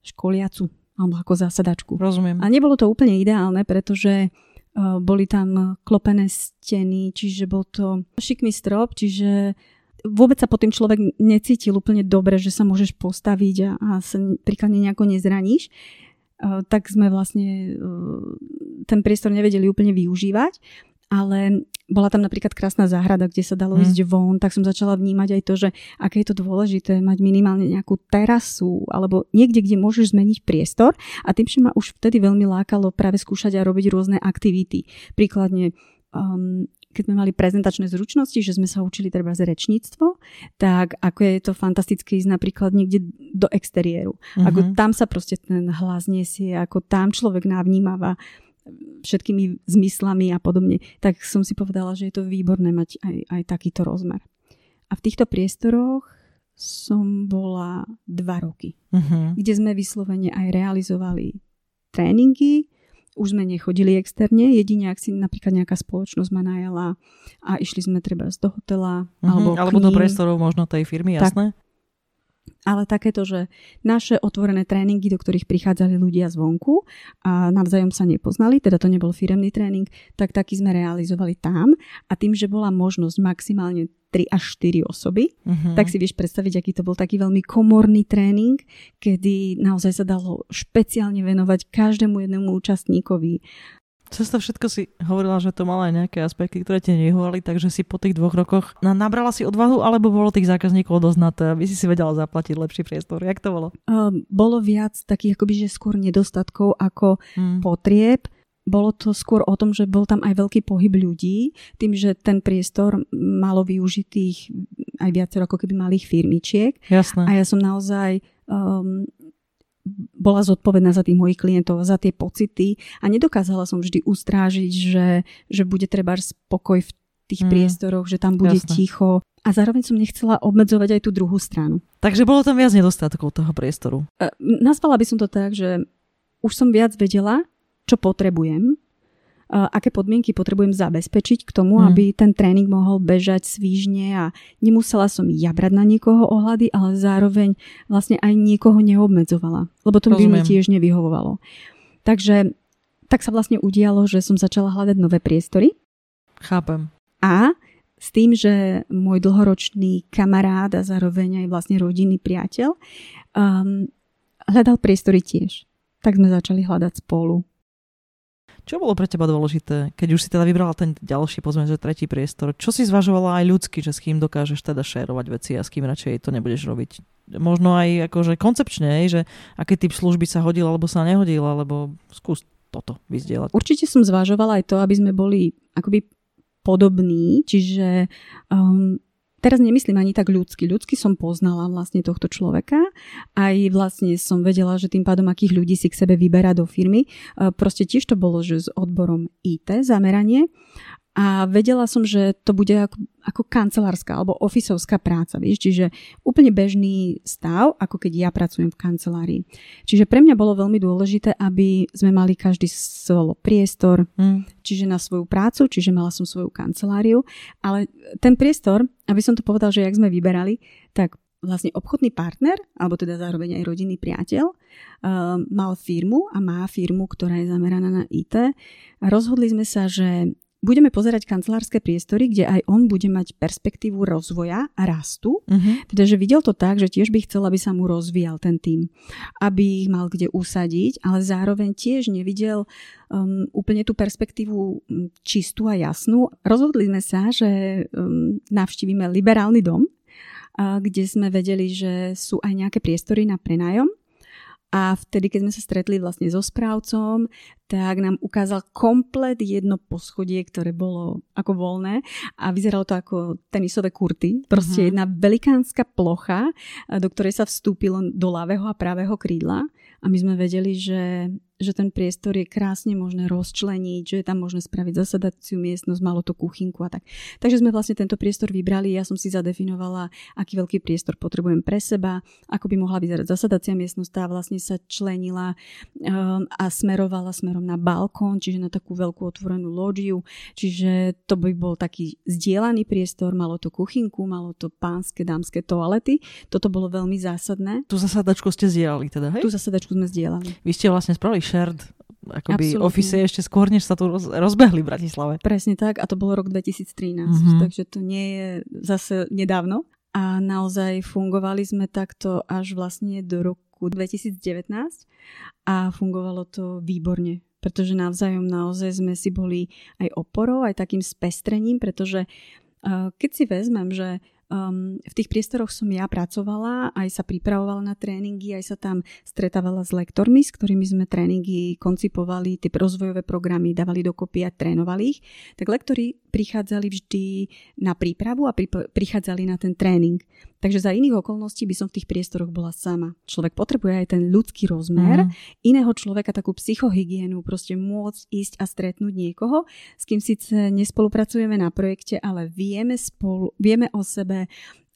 školiacu alebo ako zásadačku. Rozumiem. A nebolo to úplne ideálne, pretože uh, boli tam klopené steny, čiže bol to šikmý strop, čiže vôbec sa potom človek necítil úplne dobre, že sa môžeš postaviť a, a sa príkladne nejako nezraníš. Uh, tak sme vlastne uh, ten priestor nevedeli úplne využívať, ale bola tam napríklad krásna záhrada, kde sa dalo ísť mm. von, tak som začala vnímať aj to, že aké je to dôležité mať minimálne nejakú terasu alebo niekde, kde môžeš zmeniť priestor a tým, že ma už vtedy veľmi lákalo práve skúšať a robiť rôzne aktivity. Príkladne, um, keď sme mali prezentačné zručnosti, že sme sa učili treba z rečníctvo, tak ako je to fantastické ísť napríklad niekde do exteriéru. Mm-hmm. Ako tam sa proste ten hlas nesie, ako tam človek navnímava všetkými zmyslami a podobne, tak som si povedala, že je to výborné mať aj, aj takýto rozmer. A v týchto priestoroch som bola dva roky, uh-huh. kde sme vyslovene aj realizovali tréningy, už sme nechodili externe, jedine ak si napríklad nejaká spoločnosť ma najala a išli sme treba do hotela uh-huh. alebo, alebo do priestorov možno tej firmy, jasné? Tak. Ale takéto, že naše otvorené tréningy, do ktorých prichádzali ľudia zvonku a navzájom sa nepoznali, teda to nebol firemný tréning, tak taký sme realizovali tam a tým, že bola možnosť maximálne tri až štyri osoby, uh-huh. tak si vieš predstaviť, aký to bol taký veľmi komorný tréning, kedy naozaj sa dalo špeciálne venovať každému jednému účastníkovi. Cez to všetko si hovorila, že to malo aj nejaké aspekty, ktoré ti nevyhovovali, takže si po tých dvoch rokoch nabrala si odvahu, alebo bolo tých zákazníkov dosť na to, aby si si vedela zaplatiť lepší priestor? Jak to bolo? Uh, bolo viac takých akoby, že skôr nedostatkov ako hmm. potrieb. Bolo to skôr o tom, že bol tam aj veľký pohyb ľudí, tým, že ten priestor malo využitých aj viacero ako keby malých firmičiek. Jasné. A ja som naozaj... Um, bola zodpovedná za tých mojich klientov, za tie pocity a nedokázala som vždy ustrážiť, že, že bude treba spokoj v tých mm. priestoroch, že tam bude Jasne. Ticho a zároveň som nechcela obmedzovať aj tú druhú stranu. Takže bolo tam viac nedostatkov toho priestoru. E, nazvala by som to tak, že už som viac vedela, čo potrebujem, aké podmienky potrebujem zabezpečiť k tomu, hmm. aby ten tréning mohol bežať svížne a nemusela som ja brať na niekoho ohľady, ale zároveň vlastne aj niekoho neobmedzovala, lebo to by mi tiež nevyhovovalo. Takže tak sa vlastne udialo, že som začala hľadať nové priestory. Chápem. A s tým, že môj dlhoročný kamarát a zároveň aj vlastne rodinný priateľ um, hľadal priestory tiež. Tak sme začali hľadať spolu. Čo bolo pre teba dôležité, keď už si teda vybrala ten ďalší, povedzme, že tretí priestor? Čo si zvažovala aj ľudsky, že s kým dokážeš teda šerovať veci a s kým radšej to nebudeš robiť? Možno aj akože koncepčne, že aký typ služby sa hodil alebo sa nehodil, alebo skús toto vyzdieľať. Určite som zvažovala aj to, aby sme boli akoby podobní, čiže um, teraz nemyslím ani tak ľudsky. Ľudsky som poznala vlastne tohto človeka. Aj vlastne som vedela, že tým pádom akých ľudí si k sebe vyberá do firmy. Proste tiež to bolo, že s odborom í té zameranie. A vedela som, že to bude ako, ako kancelárska alebo ofisovská práca. Vieš? Čiže úplne bežný stav, ako keď ja pracujem v kancelárii. Čiže pre mňa bolo veľmi dôležité, aby sme mali každý svoj priestor, mm. čiže na svoju prácu, čiže mala som svoju kanceláriu. Ale ten priestor, aby som to povedal, že jak sme vyberali, tak vlastne obchodný partner, alebo teda zároveň aj rodinný priateľ, uh, mal firmu a má firmu, ktorá je zameraná na í té. A rozhodli sme sa, že budeme pozerať kancelárske priestory, kde aj on bude mať perspektívu rozvoja a rastu. Uh-huh. Teda, že videl to tak, že tiež by chcel, aby sa mu rozvíjal ten tím. Aby ich mal kde usadiť, ale zároveň tiež nevidel um, úplne tú perspektívu čistú a jasnú. Rozhodli sme sa, že um, navštívime liberálny dom, uh, kde sme vedeli, že sú aj nejaké priestory na prenájom. A vtedy, keď sme sa stretli vlastne so správcom, tak nám ukázal komplet jedno poschodie, ktoré bolo ako voľné a vyzeralo to ako tenisové kurty. Proste uh-huh. jedna velikánska plocha, do ktorej sa vstúpilo do ľavého a pravého krídla a my sme vedeli, že že ten priestor je krásne možné rozčleniť, že je tam možné spraviť zasadaciu miestnosť, malo to kuchynku a tak. Takže sme vlastne tento priestor vybrali, ja som si zadefinovala, aký veľký priestor potrebujem pre seba, ako by mohla vyzerať zasadacia miestnosť, tá vlastne sa členila um, a smerovala smerom na balkón, čiže na takú veľkú otvorenú lóžiu, čiže to by bol taký zdieľaný priestor, malo to kuchynku, malo to pánske, dámske toalety, toto bolo veľmi zásadné. Tu zasadačku ste zdieľali teda, hej? Tu zasadačku sme zdieľali. Vy ste vlastne spravili shared akoby office ešte skôr, než sa tu roz, rozbehli v Bratislave. Presne tak a to bolo rok dvetisíctrinásť, mm-hmm. takže to nie je zase nedávno. A naozaj fungovali sme takto až vlastne do roku dvetisícdevätnásť a fungovalo to výborne, pretože navzájom naozaj sme si boli aj oporou, aj takým spestrením, pretože uh, keď si vezmem, že Um, v tých priestoroch som ja pracovala, aj sa pripravovala na tréningy, aj sa tam stretávala s lektormi, s ktorými sme tréningy koncipovali, tie rozvojové programy dávali dokopy a trénovali ich. Tak lektori prichádzali vždy na prípravu a pri- prichádzali na ten tréning. Takže za iných okolností by som v tých priestoroch bola sama. Človek potrebuje aj ten ľudský rozmer, mm. iného človeka, takú psychohygienu, proste môcť ísť a stretnúť niekoho, s kým síce nespolupracujeme na projekte, ale vieme spolu, vieme o sebe,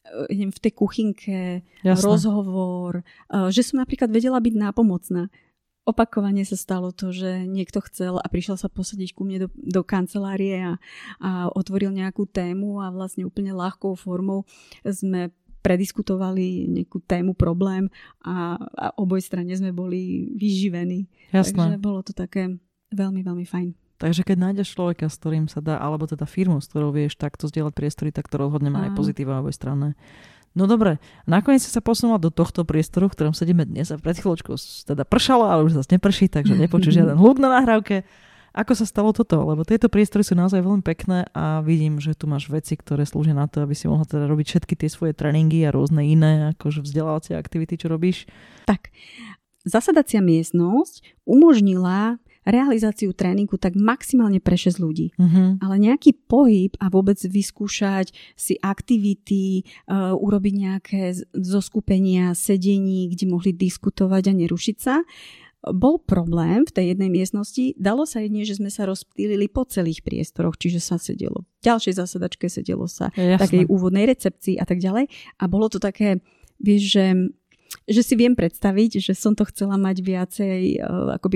v tej kuchynke, Jasne. rozhovor, že som napríklad vedela byť nápomocná. Opakovane sa stalo to, že niekto chcel a prišiel sa posadiť ku mne do, do kancelárie a, a otvoril nejakú tému a vlastne úplne ľahkou formou sme prediskutovali nejakú tému, problém a, a oboj strane sme boli vyživení. Jasné. Takže bolo to také veľmi, veľmi fajn. Takže keď nájdeš človeka, s ktorým sa dá, alebo teda firmu, s ktorou vieš takto zdieľať priestory, tak to rozhodne má aj pozitíva oboj strany. No dobre, nakoniec si sa posunula do tohto priestoru, v ktorom sedíme dnes a pred chvíľočkou teda pršalo, ale už zase neprší, takže nepočuť žiaden hluk na nahrávke. Ako sa stalo toto? Lebo tieto priestory sú naozaj veľmi pekné a vidím, že tu máš veci, ktoré slúžia na to, aby si mohla teda robiť všetky tie svoje tréningy a rôzne iné akože vzdelávacie aktivity, čo robíš. Tak, zasadacia miestnosť umožnila realizáciu tréningu tak maximálne pre šesť ľudí. Uh-huh. Ale nejaký pohyb a vôbec vyskúšať si aktivity, uh, urobiť nejaké zoskupenia, sedení, kde mohli diskutovať a nerušiť sa, bol problém v tej jednej miestnosti. Dalo sa jedine, že sme sa rozptýlili po celých priestoroch, čiže sa sedelo v ďalšej zasadačke, sedelo sa v takej úvodnej recepcii a tak ďalej. A bolo to také, vieš, že že si viem predstaviť, že som to chcela mať viacej uh, akoby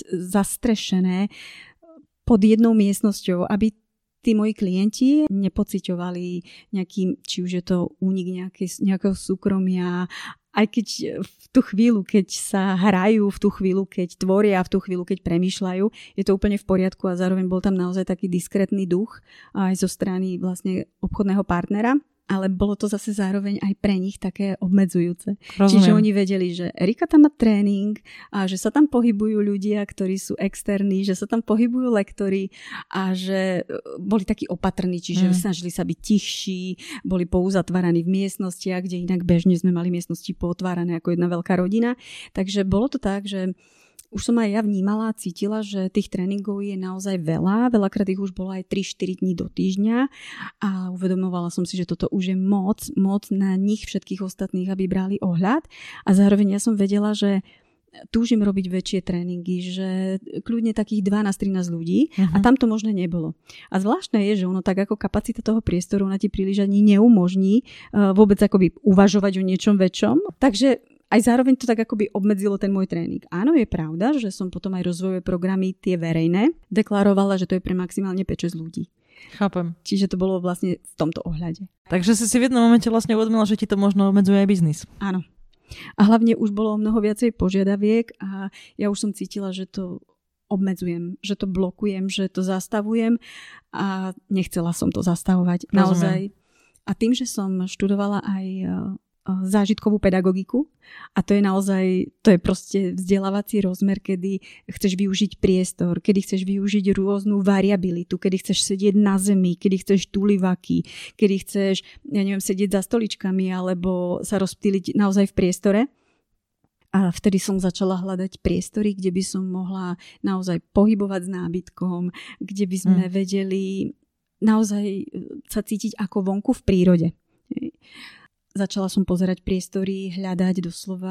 zastrešené pod jednou miestnosťou, aby tí moji klienti nepociťovali nejaký, či už je to únik nejakej, nejakého súkromia, aj keď v tú chvíľu, keď sa hrajú, v tú chvíľu, keď tvoria, v tú chvíľu, keď premýšľajú, je to úplne v poriadku a zároveň bol tam naozaj taký diskrétny duch aj zo strany vlastne obchodného partnera. Ale bolo to zase zároveň aj pre nich také obmedzujúce. Rozumiem. Čiže oni vedeli, že Erika tam má tréning a že sa tam pohybujú ľudia, ktorí sú externí, že sa tam pohybujú lektori a že boli takí opatrní, čiže mm. snažili sa byť tichší, boli pouzatváraní v miestnostiach, kde inak bežne sme mali miestnosti pootvárané ako jedna veľká rodina. Takže bolo to tak, že už som aj ja vnímala a cítila, že tých tréningov je naozaj veľa. Veľakrát ich už bolo aj tri štyri dní do týždňa a uvedomovala som si, že toto už je moc, moc na nich všetkých ostatných, aby brali ohľad. A zároveň ja som vedela, že túžim robiť väčšie tréningy, že kľudne takých dvanásť trinásť ľudí uh-huh. a tam to možné nebolo. A zvláštne je, že ono tak ako kapacita toho priestoru na ti príliš ani neumožní uh, vôbec akoby uvažovať o niečom väčšom. Takže aj zároveň to tak akoby obmedzilo ten môj tréning. Áno, je pravda, že som potom aj rozvojové programy tie verejné deklarovala, že to je pre maximálne päť šesť ľudí. Chápem. Čiže to bolo vlastne v tomto ohľade. Takže si si v jednom momente vlastne uvedomila, že ti to možno obmedzuje aj biznis. Áno. A hlavne už bolo mnoho viacej požiadaviek a ja už som cítila, že to obmedzujem, že to blokujem, že to zastavujem a nechcela som to zastavovať. Rozumiem. Naozaj. A tým, že som študovala aj zážitkovú pedagogiku a to je naozaj, to je proste vzdelávací rozmer, kedy chceš využiť priestor, kedy chceš využiť rôznu variabilitu, kedy chceš sedieť na zemi, kedy chceš tulivaky, kedy chceš, ja neviem, sedieť za stoličkami alebo sa rozptýliť naozaj v priestore. A vtedy som začala hľadať priestory, kde by som mohla naozaj pohybovať s nábytkom, kde by sme mm. vedeli naozaj sa cítiť ako vonku v prírode. Začala som pozerať priestory, hľadať doslova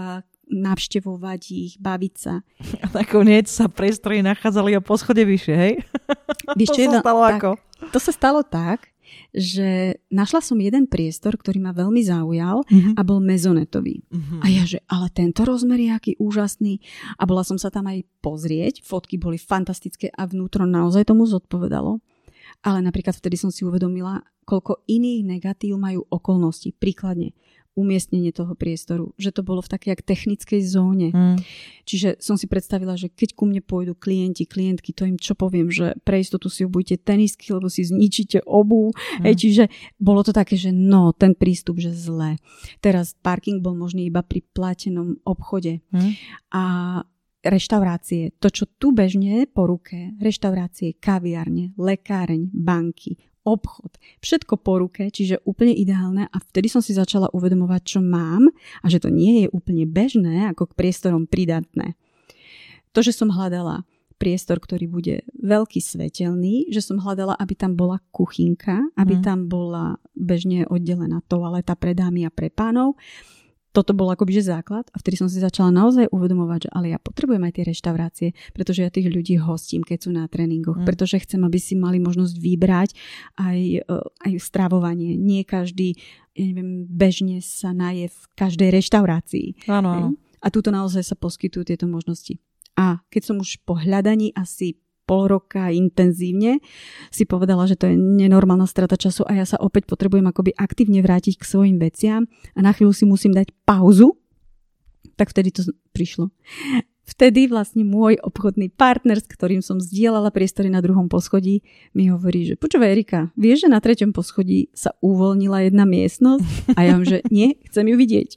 navštevovať ich, baviť sa. A nakoniec sa priestory nachádzali o poschode vyššie, hej? Víš, to sa stalo tak, ako? To sa stalo tak, že našla som jeden priestor, ktorý ma veľmi zaujal uh-huh. a bol mezonetový. Uh-huh. A ja, že ale tento rozmer je aký úžasný. A bola som sa tam aj pozrieť, fotky boli fantastické a vnútro naozaj tomu zodpovedalo. Ale napríklad vtedy som si uvedomila, koľko iných negatív majú okolnosti. Príkladne umiestnenie toho priestoru, že to bolo v takej jak technickej zóne. Mm. Čiže som si predstavila, že keď ku mne pôjdu klienti, klientky, to im čo poviem, že pre istotu si obujte tenisky, lebo si zničíte obuv. Mm. Hej, čiže bolo to také, že no, ten prístup, že zlé. Teraz parking bol možný iba pri platenom obchode. Mm. A reštaurácie, to čo tu bežne po ruke, reštaurácie, kaviárne, lekáreň, banky, obchod, všetko po ruke, čiže úplne ideálne a vtedy som si začala uvedomovať, čo mám a že to nie je úplne bežné, ako k priestorom pridatné. To, že som hľadala priestor, ktorý bude veľký svetelný, že som hľadala, aby tam bola kuchynka, aby mm. tam bola bežne oddelená toaleta pre dámy a pre pánov. Toto bol akoby že základ a vtedy som si začala naozaj uvedomovať, že ale ja potrebujem aj tie reštaurácie, pretože ja tých ľudí hostím, keď sú na tréningoch, mm. pretože chcem, aby si mali možnosť vybrať aj, aj stravovanie. Nie každý, ja neviem, bežne sa naje v každej reštaurácii. Áno. A tuto naozaj sa poskytujú tieto možnosti. A keď som už po hľadaní asi pol roka intenzívne si povedala, že to je nenormálna strata času a ja sa opäť potrebujem akoby aktívne vrátiť k svojim veciam a na chvíľu si musím dať pauzu, tak vtedy to prišlo. Vtedy vlastne môj obchodný partner, s ktorým som zdieľala priestory na druhom poschodí, mi hovorí, že počúvaj Erika, vieš, že na treťom poschodí sa uvoľnila jedna miestnosť? A ja vám, že nie, chcem ju vidieť.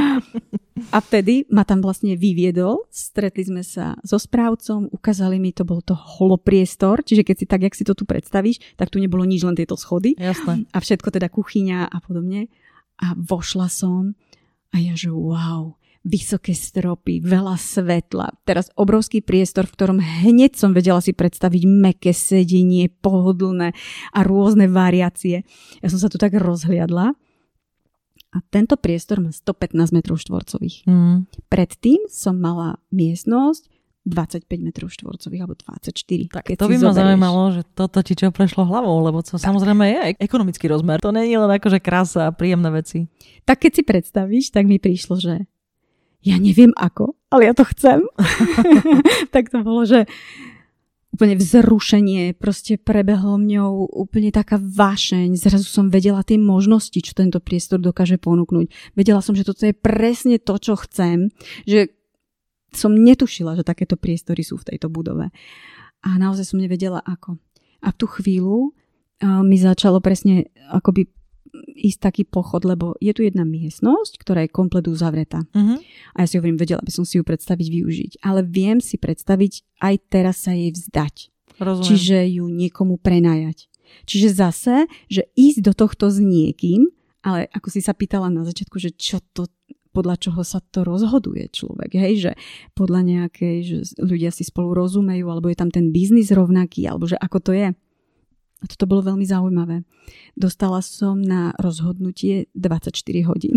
A vtedy ma tam vlastne vyviedol, stretli sme sa so správcom, ukázali mi, to bol to holopriestor, čiže keď si tak, jak si to tu predstavíš, tak tu nebolo nič, len tieto schody. Jasné. A všetko teda kuchyňa a podobne. A vošla som a ja, že wow, vysoké stropy, veľa svetla. Teraz obrovský priestor, v ktorom hneď som vedela si predstaviť mäkké sedenie, pohodlné a rôzne variácie. Ja som sa tu tak rozhliadla. A tento priestor má stopätnásť metrov štvorcových. Mm. Predtým som mala miestnosť dvadsaťpäť metrov štvorcových alebo dvadsaťštyri. Tak to by ma zaujímalo, že toto ti čo prešlo hlavou, lebo to tak. Samozrejme je aj ekonomický rozmer. To nie je len akože krása a príjemné veci. Tak keď si predstavíš, tak mi prišlo, že ja neviem ako, ale ja to chcem. Tak to bolo, že úplne vzrušenie, proste prebehlo mňou úplne taká vášeň. Zrazu som vedela tie možnosti, čo tento priestor dokáže ponúknuť. Vedela som, že toto je presne to, čo chcem. Že som netušila, že takéto priestory sú v tejto budove. A naozaj som nevedela ako. A v tú chvíľu uh, mi začalo presne akoby ísť taký pochod, lebo je tu jedna miestnosť, ktorá je komplet uzavretá. Uh-huh. A ja si hovorím, vedela by som si ju predstaviť, využiť. Ale viem si predstaviť aj teraz sa jej vzdať. Rozumiem. Čiže ju niekomu prenajať. Čiže zase, že ísť do tohto s niekým, ale ako si sa pýtala na začiatku, že čo to, podľa čoho sa to rozhoduje človek, hej, že podľa nejakej, že ľudia si spolu rozumejú, alebo je tam ten biznis rovnaký, alebo že ako to je. A toto bolo veľmi zaujímavé. Dostala som na rozhodnutie dvadsaťštyri hodín.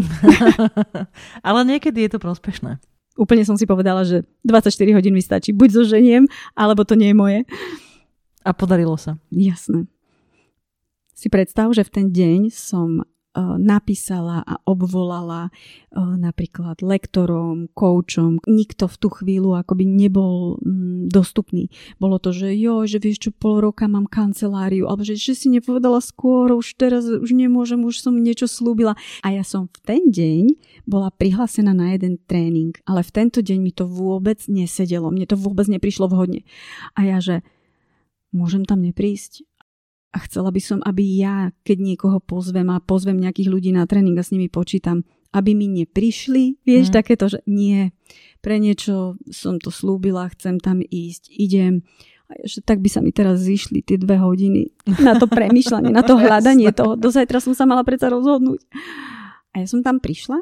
Ale niekedy je to prospešné. Úplne som si povedala, že dvadsaťštyri hodín mi stačí. Buď zoženiem, alebo to nie je moje. A podarilo sa. Jasné. Si predstav, že v ten deň som napísala a obvolala napríklad lektorom, koučom. Nikto v tú chvíľu akoby nebol mm, dostupný. Bolo to, že jo, že vieš čo, pol roka mám kanceláriu, alebo že, že si nepovedala skôr, už teraz už nemôžem, už som niečo slúbila. A ja som v ten deň bola prihlásená na jeden tréning, ale v tento deň mi to vôbec nesedelo. Mne to vôbec neprišlo vhodne. A ja, že môžem tam neprísť? A chcela by som, aby ja, keď niekoho pozvem a pozvem nejakých ľudí na tréning a s nimi počítam, aby mi neprišli, vieš, mm. takéto, že nie, pre niečo som to slúbila, chcem tam ísť, idem. A že tak by sa mi teraz zišli tie dve hodiny na to premýšľanie, na to hľadanie toho. Do zajtra som sa mala predsa rozhodnúť. A ja som tam prišla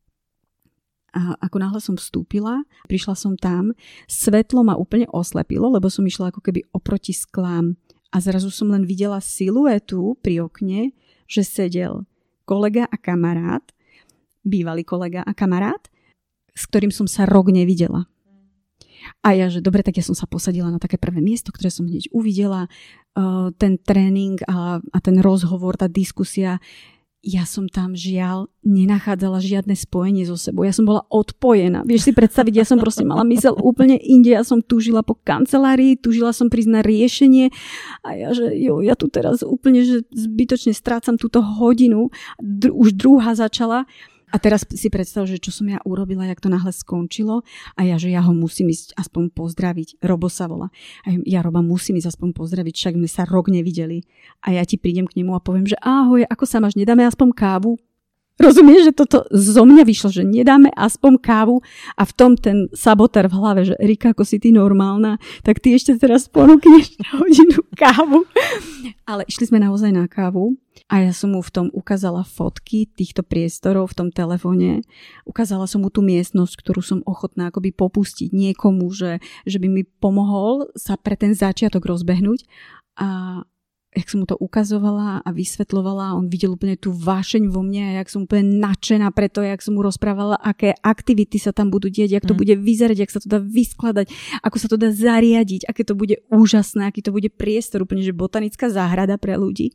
a ako náhle som vstúpila, prišla som tam, svetlo ma úplne oslepilo, lebo som išla ako keby oproti sklám. A zrazu som len videla siluetu pri okne, že sedel kolega a kamarát, bývalý kolega a kamarát, s ktorým som sa rok nevidela. A ja, že dobre, tak ja som sa posadila na také prvé miesto, ktoré som hneď uvidela, uh, ten tréning a, a ten rozhovor, tá diskusia. Ja som tam žiaľ nenachádzala žiadne spojenie so sebou. Ja som bola odpojená. Vieš si predstaviť, ja som proste mala mysel úplne inde. Ja som túžila po kancelárii, túžila som prísť na riešenie. A ja, že jo, ja tu teraz úplne že zbytočne strácam túto hodinu. Dru- už druhá začala. A teraz si predstav, že čo som ja urobila, jak to náhle skončilo a ja, že ja ho musím ísť aspoň pozdraviť. Robo sa volá. A ja, Roba, musím ísť aspoň pozdraviť, však sme sa rok nevideli. A ja ti prídem k nemu a poviem, že ahoj, ako sa máš, nedáme aspoň kávu? Rozumieš, že toto zo mňa vyšlo, že nedáme aspoň kávu a v tom ten sabotér v hlave, že Erika, ako si ty normálna, tak ty ešte teraz ponúkneš na hodinu kávu. Ale išli sme naozaj na kávu a ja som mu v tom ukázala fotky týchto priestorov v tom telefóne. Ukázala som mu tú miestnosť, ktorú som ochotná akoby popustiť niekomu, že, že by mi pomohol sa pre ten začiatok rozbehnúť. A jak som mu to ukazovala a vysvetľovala, on videl úplne tú vášeň vo mne a jak som úplne nadšená pre to, jak som mu rozprávala, aké aktivity sa tam budú diať, jak to mm. bude vyzerať, jak sa to dá vyskladať, ako sa to dá zariadiť, aké to bude úžasné, aký to bude priestor, úplne že botanická záhrada pre ľudí.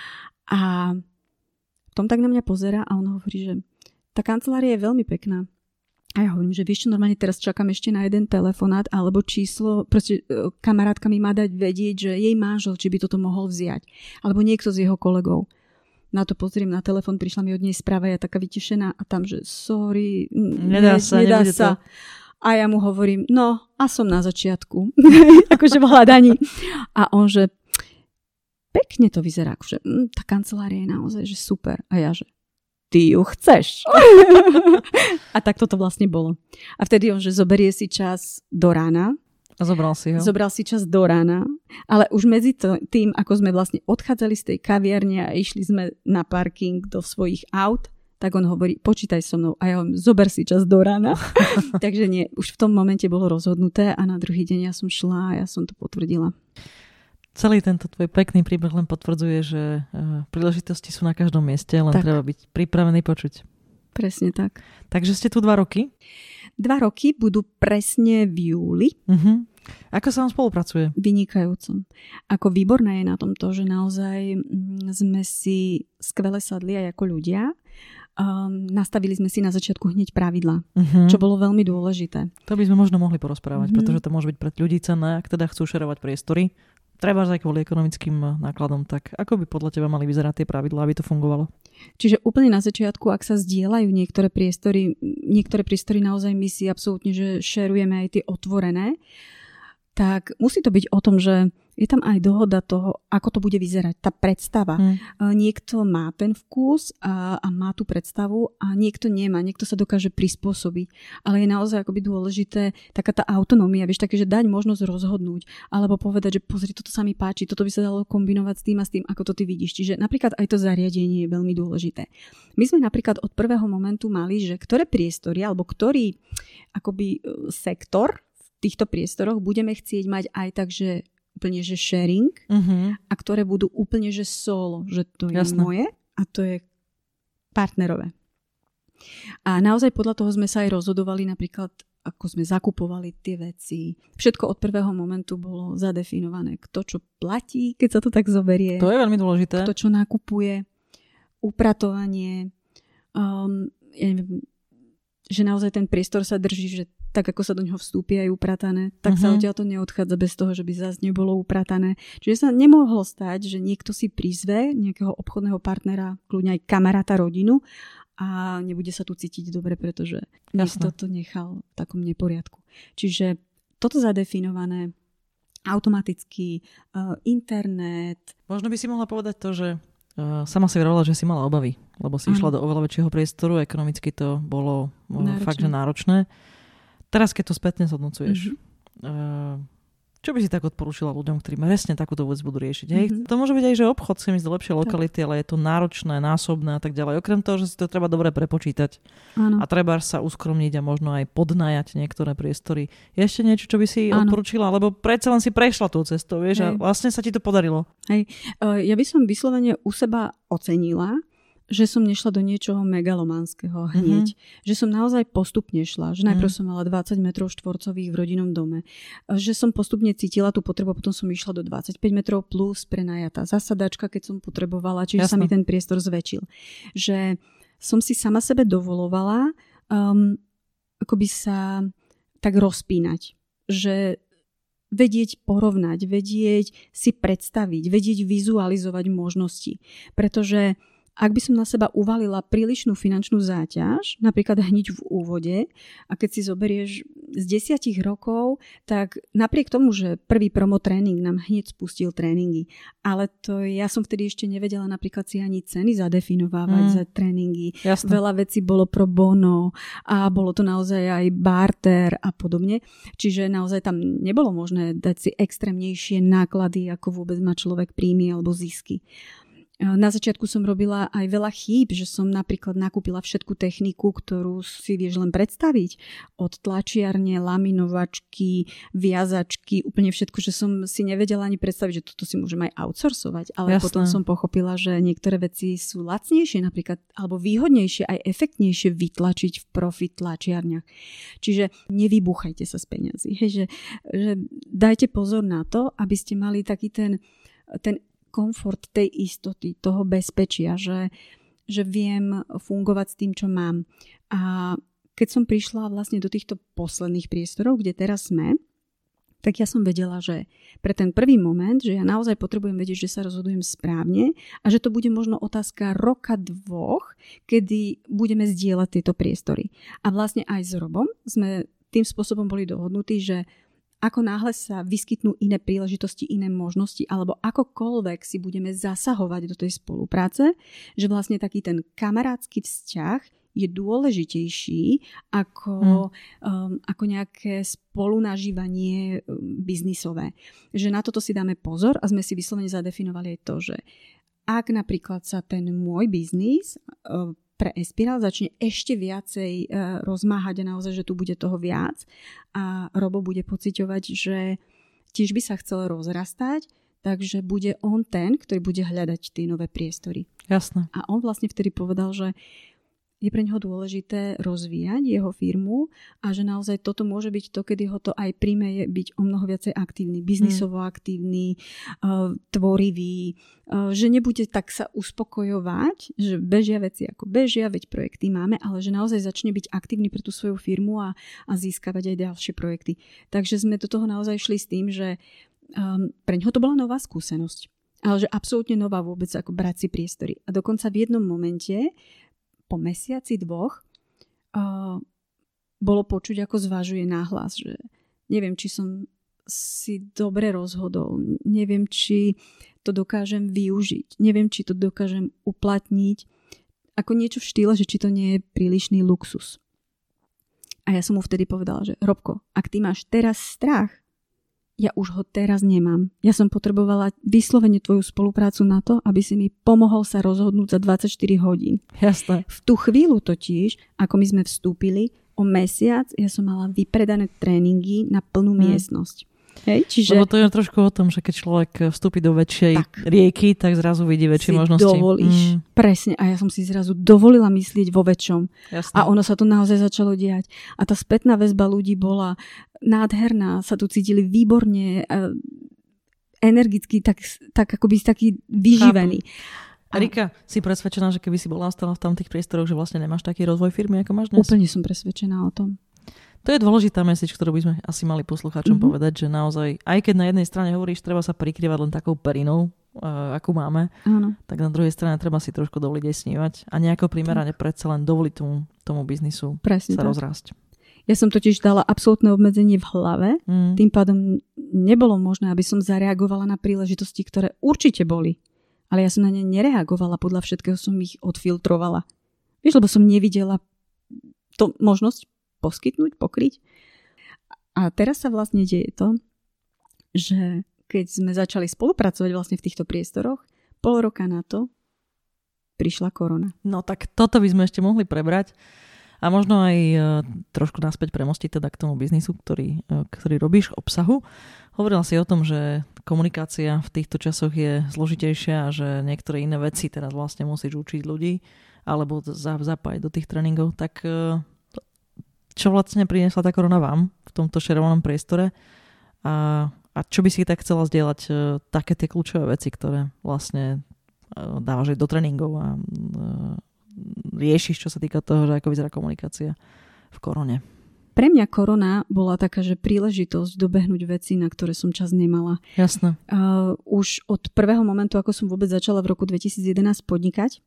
A Tom tak na mňa pozerá a on hovorí, že tá kancelária je veľmi pekná. A ja hovorím, že vieš čo, normálne teraz čakám ešte na jeden telefonát alebo číslo, proste kamarátka mi má dať vedieť, že jej manžel, či by toto mohol vziať. Alebo niekto z jeho kolegov. Na to pozriem na telefon, prišla mi od nej správa, ja taká vytešená a tam, že sorry, nedá ne, sa, nedá sa. To. A ja mu hovorím, no a som na začiatku. Akože v hľadaní. A on, že pekne to vyzerá, akože tá kancelária je naozaj, že super. A ja, že ty ju chceš. A tak toto vlastne bolo. A vtedy on, že zoberie si čas do rána. A zobral si ho. Zobral si čas do rána. Ale už medzi to, tým, ako sme vlastne odchádzali z tej kaviarne a išli sme na parking do svojich aut, tak on hovorí, počítaj so mnou. A ja hovorím, zober si čas do rána. Takže nie, už v tom momente bolo rozhodnuté a na druhý deň ja som šla a ja som to potvrdila. Celý tento tvoj pekný príbeh len potvrdzuje, že uh, príležitosti sú na každom mieste, len tak. Treba byť pripravený počuť. Presne tak. Takže ste tu dva roky? Dva roky budú presne v júli. Uh-huh. Ako sa vám spolupracuje? Vynikajúco. Ako výborné je na tom to, že naozaj sme si skvele sadli aj ako ľudia. Um, nastavili sme si na začiatku hneď pravidlá, uh-huh. čo bolo veľmi dôležité. To by sme možno mohli porozprávať, uh-huh. pretože to môže byť pre ľudí cenné, ak teda chcú šerovať priestory. Treba aj kvôli ekonomickým nákladom, tak ako by podľa teba mali vyzerať tie pravidlá, aby to fungovalo? Čiže úplne na začiatku, ak sa zdieľajú niektoré priestory, niektoré priestory naozaj my si absolútne, že šerujeme aj tie otvorené, tak musí to byť o tom, že je tam aj dohoda toho, ako to bude vyzerať, tá predstava. Hmm. Niekto má ten vkus a, a má tú predstavu a niekto nemá, niekto sa dokáže prispôsobiť. Ale je naozaj akoby dôležité taká tá autonómia, vieš, také, že dať možnosť rozhodnúť, alebo povedať, že pozri, toto sa mi páči, toto by sa dalo kombinovať s tým a s tým, ako to ty vidíš. Čiže napríklad aj to zariadenie je veľmi dôležité. My sme napríklad od prvého momentu mali, že ktoré priestory, alebo ktorý akoby sektor v týchto priestoroch budeme chcieť mať aj tak, že úplne, že sharing uh-huh. a ktoré budú úplne, že solo, že to je Jasné. Moje a to je partnerové. A naozaj podľa toho sme sa aj rozhodovali napríklad, ako sme zakupovali tie veci. Všetko od prvého momentu bolo zadefinované. Kto čo platí, keď sa to tak zoberie. To je veľmi dôležité. Kto čo nakupuje, upratovanie, um, ja neviem, že naozaj ten priestor sa drží, že tak ako sa do ňoho vstúpi aj upratané, tak uh-huh. sa odtiaľ to neodchádza bez toho, že by zase nebolo upratané. Čiže sa nemohlo stať, že niekto si prizve nejakého obchodného partnera, kľudne aj kamaráta, rodinu a nebude sa tu cítiť dobre, pretože Jasne. Niekto to nechal v takom neporiadku. Čiže toto zadefinované, automaticky, uh, internet. Možno by si mohla povedať to, že uh, sama si vravela, že si mala obavy, lebo si uh-huh. išla do oveľa väčšieho priestoru, ekonomicky to bolo uh, fakt, že náročné. Teraz, keď to spätne zhodnocuješ, mm-hmm. čo by si tak odporúčila ľuďom, ktorí presne takúto vec budú riešiť? Hej? Mm-hmm. To môže byť aj, že obchod si myslí do lepšie lokality, ale je to náročné, násobné a tak ďalej. Okrem toho, že si to treba dobre prepočítať. Áno. A treba sa uskromniť a možno aj podnajať niektoré priestory. Je ešte niečo, čo by si Áno. odporúčila? Lebo predsa len si prešla tú cestou, vieš, a vlastne sa ti to podarilo. Hej. Ja by som vyslovene u seba ocenila, že som nešla do niečoho megalománskeho hneď. Mm-hmm. Že som naozaj postupne šla. Že najprv mm-hmm. som mala dvadsať metrov štvorcových v rodinnom dome. Že som postupne cítila tú potrebu, potom som išla do dvadsaťpäť metrov plus prenajatá zasadačka, keď som potrebovala. Čiže Jasne. Sa mi ten priestor zväčšil. Že som si sama sebe dovolovala um, akoby sa tak rozpínať. Že vedieť porovnať, vedieť si predstaviť, vedieť vizualizovať možnosti. Pretože ak by som na seba uvalila prílišnú finančnú záťaž, napríklad hneď v úvode, a keď si zoberieš z desiatich rokov, tak napriek tomu, že prvý promo tréning nám hneď spustil tréningy, ale to ja som vtedy ešte nevedela napríklad si ani ceny zadefinovávať mm. za tréningy. Jasne. Veľa vecí bolo pro bono a bolo to naozaj aj barter a podobne. Čiže naozaj tam nebolo možné dať si extrémnejšie náklady, ako vôbec má človek príjmy alebo zisky. Na začiatku som robila aj veľa chýb, že som napríklad nakúpila všetku techniku, ktorú si vieš len predstaviť. Od tlačiarne, laminovačky, viazačky, úplne všetko, že som si nevedela ani predstaviť, že toto si môžem aj outsourcovať. Ale Jasné. Potom som pochopila, že niektoré veci sú lacnejšie napríklad, alebo výhodnejšie, aj efektnejšie vytlačiť v profit tlačiarniach. Čiže nevybúchajte sa z peňazí. Hej, že, že dajte pozor na to, aby ste mali taký ten, ten komfort tej istoty, toho bezpečia, že, že viem fungovať s tým, čo mám. A keď som prišla vlastne do týchto posledných priestorov, kde teraz sme, tak ja som vedela, že pre ten prvý moment, že ja naozaj potrebujem vedieť, že sa rozhodujem správne a že to bude možno otázka roka, dvoch, kedy budeme zdieľať tieto priestory. A vlastne aj s Robom sme tým spôsobom boli dohodnutí, že ako náhle sa vyskytnú iné príležitosti, iné možnosti, alebo akokoľvek si budeme zasahovať do tej spolupráce, že vlastne taký ten kamarátsky vzťah je dôležitejší ako, hmm. um, ako nejaké spolunažívanie um, biznisové. Že na toto si dáme pozor a sme si vyslovene zadefinovali aj to, že ak napríklad sa ten môj biznis um, pre Espiral začne ešte viacej e, rozmáhať a naozaj, že tu bude toho viac a Robo bude pociťovať, že tiež by sa chcel rozrastať, takže bude on ten, ktorý bude hľadať tie nové priestory. Jasné. A on vlastne vtedy povedal, že je pre neho dôležité rozvíjať jeho firmu a že naozaj toto môže byť to, kedy ho to aj príjme byť o mnoho viacej aktívny, biznisovo aktívny, uh, tvorivý, uh, že nebude tak sa uspokojovať, že bežia veci ako bežia, veď projekty máme, ale že naozaj začne byť aktívny pre tú svoju firmu a, a získavať aj ďalšie projekty. Takže sme do toho naozaj šli s tým, že um, pre neho to bola nová skúsenosť, ale že absolútne nová vôbec ako brať si priestory. A dokonca v jednom momente po mesiaci dvoch uh, bolo počuť, ako zvažuje náhlas, že neviem, či som si dobre rozhodol, neviem, či to dokážem využiť, neviem, či to dokážem uplatniť, ako niečo v štýle, že či to nie je prílišný luxus. A ja som mu vtedy povedala, že Robko, ak ty máš teraz strach, ja už ho teraz nemám. Ja som potrebovala vyslovene tvoju spoluprácu na to, aby si mi pomohol sa rozhodnúť za dvadsaťštyri hodín. Jasné. V tú chvíľu totiž, ako my sme vstúpili, o mesiac ja som mala vypredané tréningy na plnú hmm. miestnosť. Hej, čiže... Lebo to je trošku o tom, že keď človek vstúpi do väčšej tak. rieky, tak zrazu vidí väčšie si možnosti. Dovolíš. Mm. Presne. A ja som si zrazu dovolila myslieť vo väčšom. Jasne. A ono sa to naozaj začalo diať. A tá spätná väzba ľudí bola nádherná. Sa tu cítili výborne, energicky, tak, tak akoby taký vyživený. Erika, si presvedčená, že keby si bola ostala v tam tých priestoroch, že vlastne nemáš taký rozvoj firmy, ako máš dnes? Úplne som presvedčená o tom. To je dôležitá message, ktorú by sme asi mali poslucháčom mm-hmm. povedať, že naozaj, aj keď na jednej strane hovoríš, treba sa prikryvať len takou perinou, uh, akú máme, Áno. tak na druhej strane treba si trošku dovoliť aj snívať a nejako primerane predsa len dovoliť tomu, tomu biznisu Presne sa tak. rozrásť. Ja som totiž dala absolútne obmedzenie v hlave, mm. tým pádom nebolo možné, aby som zareagovala na príležitosti, ktoré určite boli, ale ja som na ne nereagovala, podľa všetkého som ich odfiltrovala. Vieš, lebo som nevidela to možnosť poskytnúť, pokryť. A teraz sa vlastne deje to, že keď sme začali spolupracovať vlastne v týchto priestoroch, pol roka na to prišla korona. No tak toto by sme ešte mohli prebrať a možno aj e, trošku naspäť premostiť teda k tomu biznisu, ktorý, e, ktorý robíš, obsahu. Hovorila si o tom, že komunikácia v týchto časoch je zložitejšia a že niektoré iné veci teraz vlastne musíš učiť ľudí alebo zapájať do tých tréningov, tak čo vlastne priniesla tá korona vám v tomto šerovanom priestore a, a čo by si tak chcela zdieľať také tie kľúčové veci, ktoré vlastne dávaš aj do tréningov a riešiš, čo sa týka toho, že ako vyzerá komunikácia v korone. Pre mňa korona bola taká, že príležitosť dobehnúť veci, na ktoré som čas nemala. Jasné. Uh, už od prvého momentu, ako som vôbec začala v roku dvetisíc jedenásť podnikať,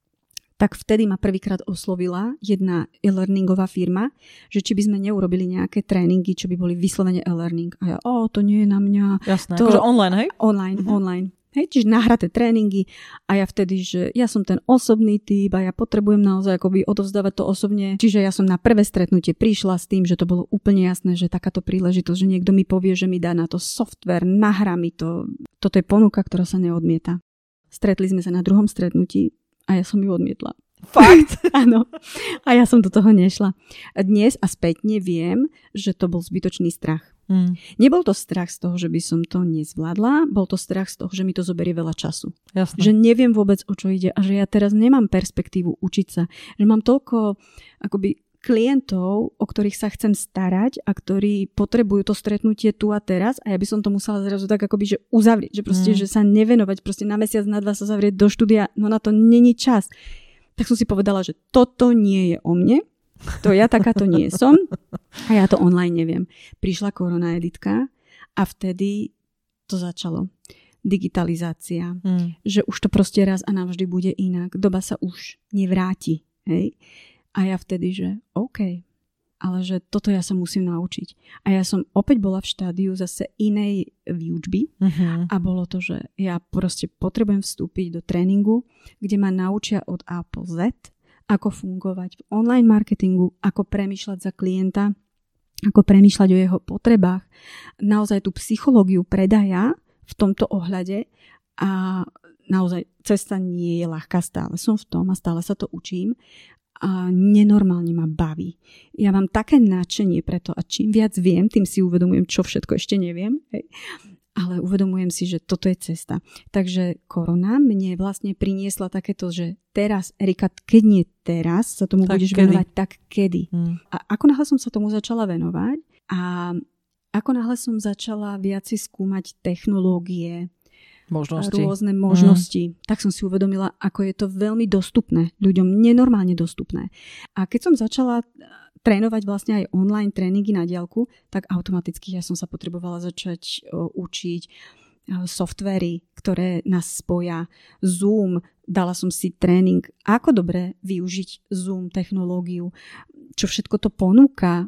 tak vtedy ma prvýkrát oslovila jedna e-learningová firma, že či by sme neurobili nejaké tréningy, čo by boli vyslovene e-learning. A ja, o, to nie je na mňa. Jasné, to... akože online, hej? Online, uh-huh. online. Hej, čiže nahraté tréningy a ja vtedy, že ja som ten osobný typ a ja potrebujem naozaj akoby odovzdávať to osobne. Čiže ja som na prvé stretnutie prišla s tým, že to bolo úplne jasné, že takáto príležitosť, že niekto mi povie, že mi dá na to software, nahrá mi to. Toto je ponuka, ktorá sa neodmieta. Stretli sme sa na druhom stretnutí a ja som ju odmietla. Fakt? Áno. A ja som do toho nešla. Dnes a spätne viem, že to bol zbytočný strach. Mm. Nebol to strach z toho, že by som to nezvládla, bol to strach z toho, že mi to zoberie veľa času. Jasne. Že neviem vôbec, o čo ide a že ja teraz nemám perspektívu učiť sa. Že mám toľko akoby klientov, o ktorých sa chcem starať a ktorí potrebujú to stretnutie tu a teraz a ja by som to musela zrazu tak akoby, že uzavrieť. Že proste, mm. že sa nevenovať, proste na mesiac, na dva sa zavrieť do štúdia, no na to není čas. Tak som si povedala, že toto nie je o mne. To ja takáto nie som a ja to online neviem. Prišla korona, Editka, a vtedy to začalo. Digitalizácia. Mm. Že už to proste raz a navždy bude inak. Doba sa už nevráti. Hej? A ja vtedy, že OK, ale že toto ja sa musím naučiť. A ja som opäť bola v štádiu zase inej výučby mm-hmm. a bolo to, že ja proste potrebujem vstúpiť do tréningu, kde ma naučia od A po Z, ako fungovať v online marketingu, ako premýšľať za klienta, ako premýšľať o jeho potrebách, naozaj tú psychológiu predaja v tomto ohľade a naozaj cesta nie je ľahká, stále som v tom a stále sa to učím a nenormálne ma baví. Ja mám také nadšenie preto a čím viac viem, tým si uvedomujem, čo všetko ešte neviem. Hej. Ale uvedomujem si, že toto je cesta. Takže korona mne vlastne priniesla takéto, že teraz, Erika, keď nie teraz, sa tomu tak budeš kedy? venovať, tak kedy? Hmm. A ako náhle som sa tomu začala venovať a ako náhle som začala viac skúmať technológie, možnosti. rôzne možnosti, hmm. tak som si uvedomila, ako je to veľmi dostupné, ľuďom nenormálne dostupné. A keď som začala trénovať vlastne aj online tréningy na diaľku, tak automaticky ja som sa potrebovala začať o, učiť o, softvery, ktoré nás spoja. Zoom, dala som si tréning, ako dobre využiť Zoom technológiu, čo všetko to ponúka,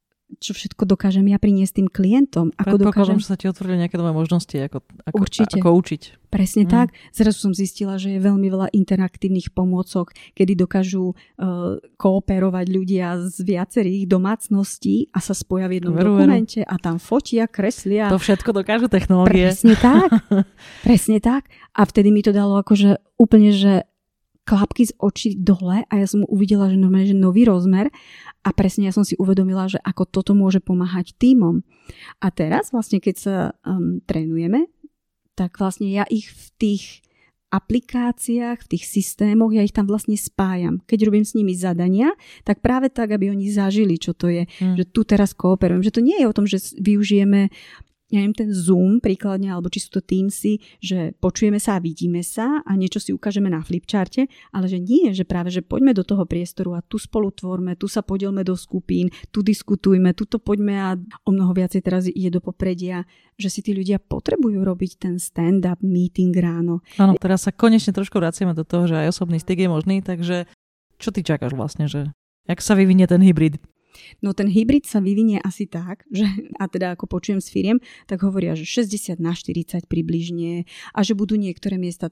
čo všetko dokážem ja priniesť tým klientom. Ako Predpokladám, dokážem... že sa ti otvorili nejaké nové možnosti, ako, ako, Určite. ako učiť. Presne mm. tak. Zrazu som zistila, že je veľmi veľa interaktívnych pomôcok, kedy dokážu uh, kooperovať ľudia z viacerých domácností a sa spoja v jednom veru, dokumente veru. A tam fotia, kreslia. To všetko dokážu technológie. Presne tak. Presne tak. A vtedy mi to dalo akože úplne, že klapky z očí dole a ja som uvidela, že normálne, že nový rozmer a presne ja som si uvedomila, že ako toto môže pomáhať tímom. A teraz vlastne, keď sa um, trénujeme, tak vlastne ja ich v tých aplikáciách, v tých systémoch, ja ich tam vlastne spájam. Keď robím s nimi zadania, tak práve tak, aby oni zažili, čo to je. Hmm. Že tu teraz kooperujem. Že to nie je o tom, že využijeme ja neviem, ten Zoom príkladne, alebo či sú to Teamsy, že počujeme sa a vidíme sa a niečo si ukážeme na flipcharte, ale že nie, že práve, že poďme do toho priestoru a tu spolu tvorme, tu sa podielme do skupín, tu diskutujme, tu to poďme a o mnoho viacej teraz ide do popredia, že si tí ľudia potrebujú robiť ten stand-up meeting ráno. Áno, teraz sa konečne trošku vraciame do toho, že aj osobný styk je možný, takže čo ty čakáš vlastne, že jak sa vyvinie ten hybrid? No ten hybrid sa vyvinie asi tak, že, a teda ako počujem z firiem, tak hovoria, že šesťdesiat na štyridsať približne a že budú niektoré miesta také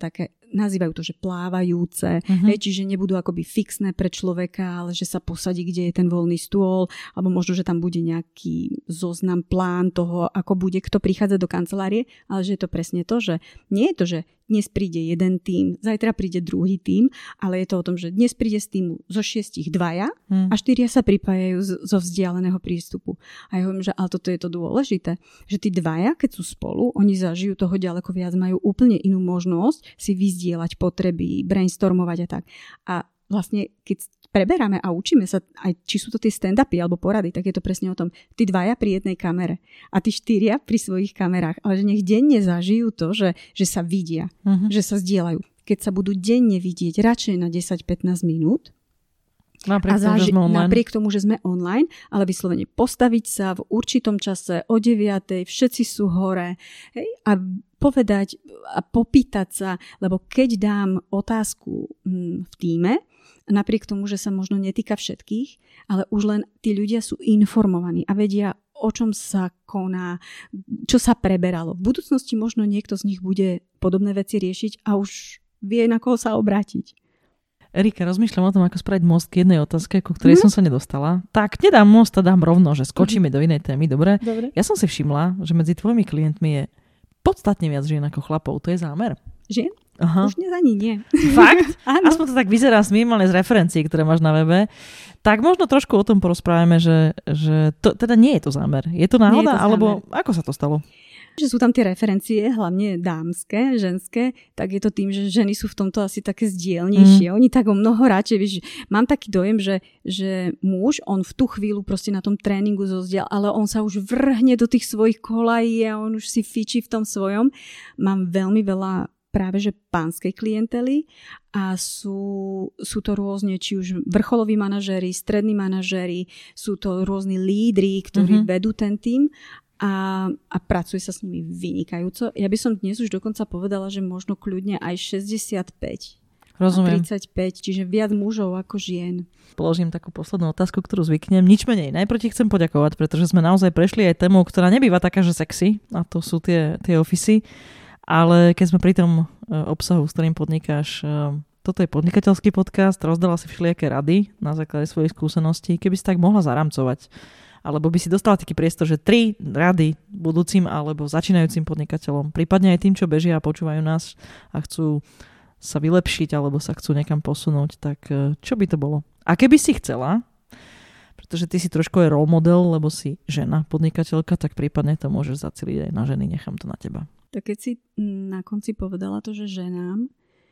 nazývajú to, že plávajúce, uh-huh. hej, čiže nebudú akoby fixné pre človeka, ale že sa posadí, kde je ten voľný stôl, alebo možno, že tam bude nejaký zoznam, plán toho, ako bude kto prichádza do kancelárie, ale že je to presne to, že nie je to, že dnes príde jeden tím, zajtra príde druhý tím, ale je to o tom, že dnes príde z týmu zo šiestich dvaja hmm. a štyria sa pripájajú z, zo vzdialeného prístupu. A ja hovorím, že ale toto je to dôležité, že tí dvaja, keď sú spolu, oni zažijú toho ďaleko viac, majú úplne inú možnosť si vyzdieľať potreby, brainstormovať a tak. A vlastne, keď preberáme a učíme sa, aj či sú to tie stand-upy alebo porady, tak je to presne o tom, tí dvaja pri jednej kamere a tí štyria pri svojich kamerách, ale že nech denne zažijú to, že, že sa vidia, uh-huh. že sa zdieľajú. Keď sa budú denne vidieť radšej na desať pätnäsť minút, Napriek, a zaži- tomu, napriek tomu, že sme online, ale vyslovene postaviť sa v určitom čase o deviatej, všetci sú hore, hej, a povedať a popýtať sa, lebo keď dám otázku hm, v tíme, napriek tomu, že sa možno netýka všetkých, ale už len tí ľudia sú informovaní a vedia, o čom sa koná, čo sa preberalo. V budúcnosti možno niekto z nich bude podobné veci riešiť a už vie, na koho sa obrátiť. Erika, rozmýšľam o tom, ako spraviť most k jednej otázke, ku ktorej mm. som sa nedostala. Tak, nedám most a dám rovno, že skočíme mm. do inej témy, dobre? dobre? Ja som si všimla, že medzi tvojimi klientmi je podstatne viac žien ako chlapov. To je zámer? Žien? Aha. Už dnes ani nie. Fakt? Aspoň to tak vyzerá s minimálne z referencií, ktoré máš na webe. Tak možno trošku o tom porozprávame, že, že to, teda nie je to zámer. Je to náhoda? Je to alebo ako sa to stalo? Že sú tam tie referencie, hlavne dámske, ženské, tak je to tým, že ženy sú v tomto asi také zdielnejšie. Mm. Oni tak o mnoho radšej, vieš, mám taký dojem, že, že muž, on v tú chvíľu proste na tom tréningu zozdiel, ale on sa už vrhne do tých svojich kolají a on už si fičí v tom svojom. Mám veľmi veľa práve že pánskej klientely a sú, sú to rôzne, či už vrcholoví manažéri, strední manažéri, sú to rôzni lídri, ktorí mm-hmm. vedú ten tím. A, a pracuje sa s nimi vynikajúco. Ja by som dnes už dokonca povedala, že možno kľudne aj šesťdesiatpäť. Rozumiem. A tridsaťpäť, čiže viac mužov ako žien. Položím takú poslednú otázku, ktorú zvyknem. Nič menej. Najprv ti chcem poďakovať, pretože sme naozaj prešli aj tému, ktorá nebýva taká, že sexy, a to sú tie, tie ofisy. Ale keď sme pri tom obsahu, s ktorým podnikáš, toto je podnikateľský podcast, rozdala si všelijaké rady na základe svojich skúseností. Keby si tak mohla zaramcovať, alebo by si dostala taký priestor, že tri rady budúcim alebo začínajúcim podnikateľom, prípadne aj tým, čo bežia a počúvajú nás a chcú sa vylepšiť alebo sa chcú niekam posunúť, tak čo by to bolo? A keby si chcela, pretože ty si trošku je role model, lebo si žena podnikateľka, tak prípadne to môžeš zaceliť aj na ženy, nechám to na teba. Tak keď si na konci povedala to, že ženám,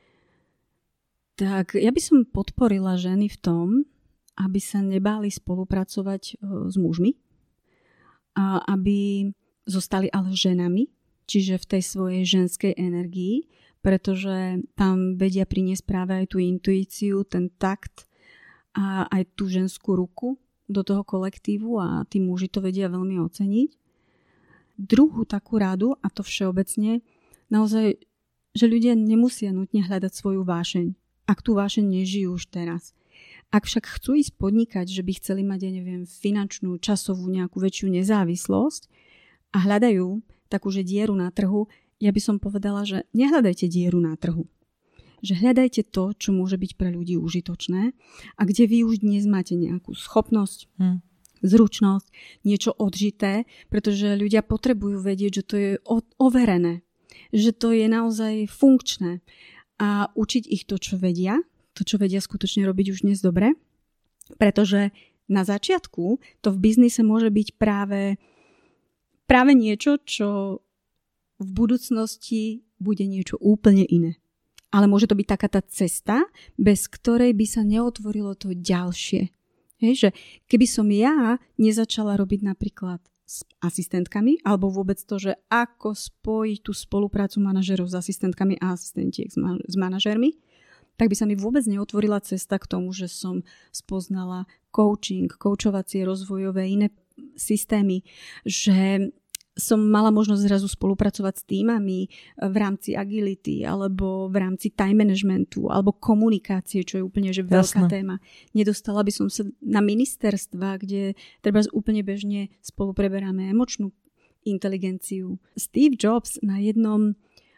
tak ja by som podporila ženy v tom, aby sa nebáli spolupracovať s mužmi, a aby zostali ale ženami, čiže v tej svojej ženskej energii, pretože tam vedia priniesť práve aj tú intuíciu, ten takt a aj tú ženskú ruku do toho kolektívu a tí muži to vedia veľmi oceniť. Druhú takú radu, a to všeobecne, naozaj, že ľudia nemusia nutne hľadať svoju vášeň, ak tú vášeň nežijú už teraz. Ak však chcú ísť podnikať, že by chceli mať, ja neviem, finančnú, časovú, nejakú väčšiu nezávislosť a hľadajú takú, že dieru na trhu, ja by som povedala, že nehľadajte dieru na trhu. Že hľadajte to, čo môže byť pre ľudí užitočné a kde vy už dnes máte nejakú schopnosť, hmm. zručnosť, niečo odžité, pretože ľudia potrebujú vedieť, že to je overené, že to je naozaj funkčné a učiť ich to, čo vedia, to, čo vedia skutočne robiť už dnes dobre, pretože na začiatku to v biznise môže byť práve, práve niečo, čo v budúcnosti bude niečo úplne iné. Ale môže to byť taká tá cesta, bez ktorej by sa neotvorilo to ďalšie. Hej, že keby som ja nezačala robiť napríklad s asistentkami, alebo vôbec to, že ako spojiť tú spoluprácu manažerov s asistentkami a asistentiek s, ma- s manažermi, tak by sa mi vôbec neotvorila cesta k tomu, že som spoznala coaching, coachovacie, rozvojové, iné systémy, že som mala možnosť zrazu spolupracovať s týmami v rámci agility, alebo v rámci time managementu, alebo komunikácie, čo je úplne že veľká Jasne. téma. Nedostala by som sa na ministerstva, kde treba úplne bežne spolu preberáme emočnú inteligenciu. Steve Jobs na jednom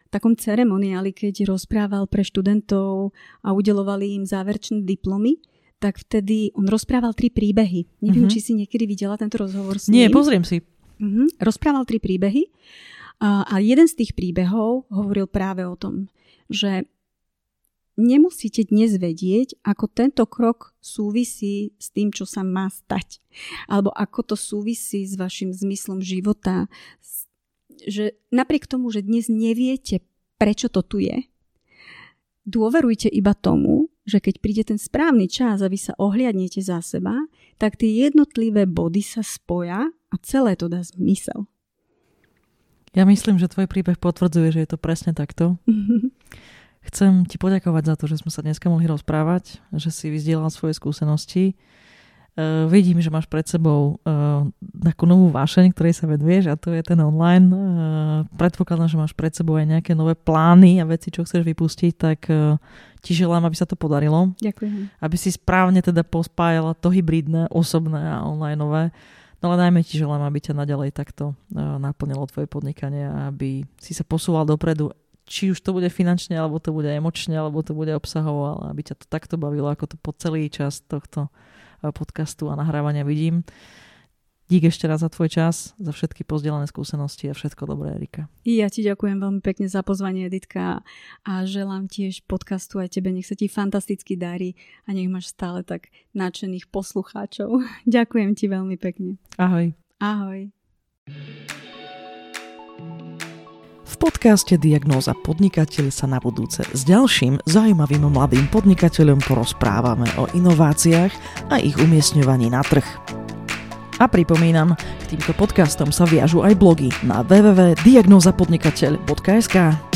takom ceremoniáli, keď rozprával pre študentov a udelovali im záverečné diplomy, tak vtedy on rozprával tri príbehy. Neviem, mm-hmm. či si niekedy videla tento rozhovor s ním. Nie, pozriem si. Mm-hmm. Rozprával tri príbehy a, a jeden z tých príbehov hovoril práve o tom, že nemusíte dnes vedieť, ako tento krok súvisí s tým, čo sa má stať. Alebo ako to súvisí s vašim zmyslom života. Že napriek tomu, že dnes neviete, prečo to tu je, dôverujte iba tomu, že keď príde ten správny čas a vy sa ohliadnete za seba, tak tie jednotlivé body sa spoja a celé to dá zmysel. Ja myslím, že tvoj príbeh potvrdzuje, že je to presne takto. Chcem ti poďakovať za to, že sme sa dneska mohli rozprávať, že si vyzdielal svoje skúsenosti. Uh, vidím, že máš pred sebou uh, takú novú vášeň, ktorej sa vedvieš, a to je ten online. Uh, predpokladám, že máš pred sebou aj nejaké nové plány a veci, čo chceš vypustiť, tak uh, ti želám, aby sa to podarilo. Ďakujem. Aby si správne teda pospájala to hybridné, osobné a onlineové. No ale najmä ti želám, aby ťa naďalej takto uh, naplnilo tvoje podnikanie a aby si sa posúval dopredu, či už to bude finančne, alebo to bude emočne, alebo to bude obsahovo, ale aby ťa to takto bavilo, ako to po celý čas tohto podcastu a nahrávania vidím. Dík ešte raz za tvoj čas, za všetky pozdieľané skúsenosti a všetko dobré, Erika. Ja ti ďakujem veľmi pekne za pozvanie, Editka, a želám tiež podcastu aj tebe, nech sa ti fantasticky darí a nech máš stále tak nadšených poslucháčov. Ďakujem ti veľmi pekne. Ahoj. Ahoj. V podcaste Diagnóza podnikateľ sa na budúce s ďalším zaujímavým mladým podnikateľom porozprávame o inováciách a ich umiestňovaní na trh. A pripomínam, k týmto podcastom sa viažu aj blogy na w w w bodka diagnozapodnikateľ bodka es ka.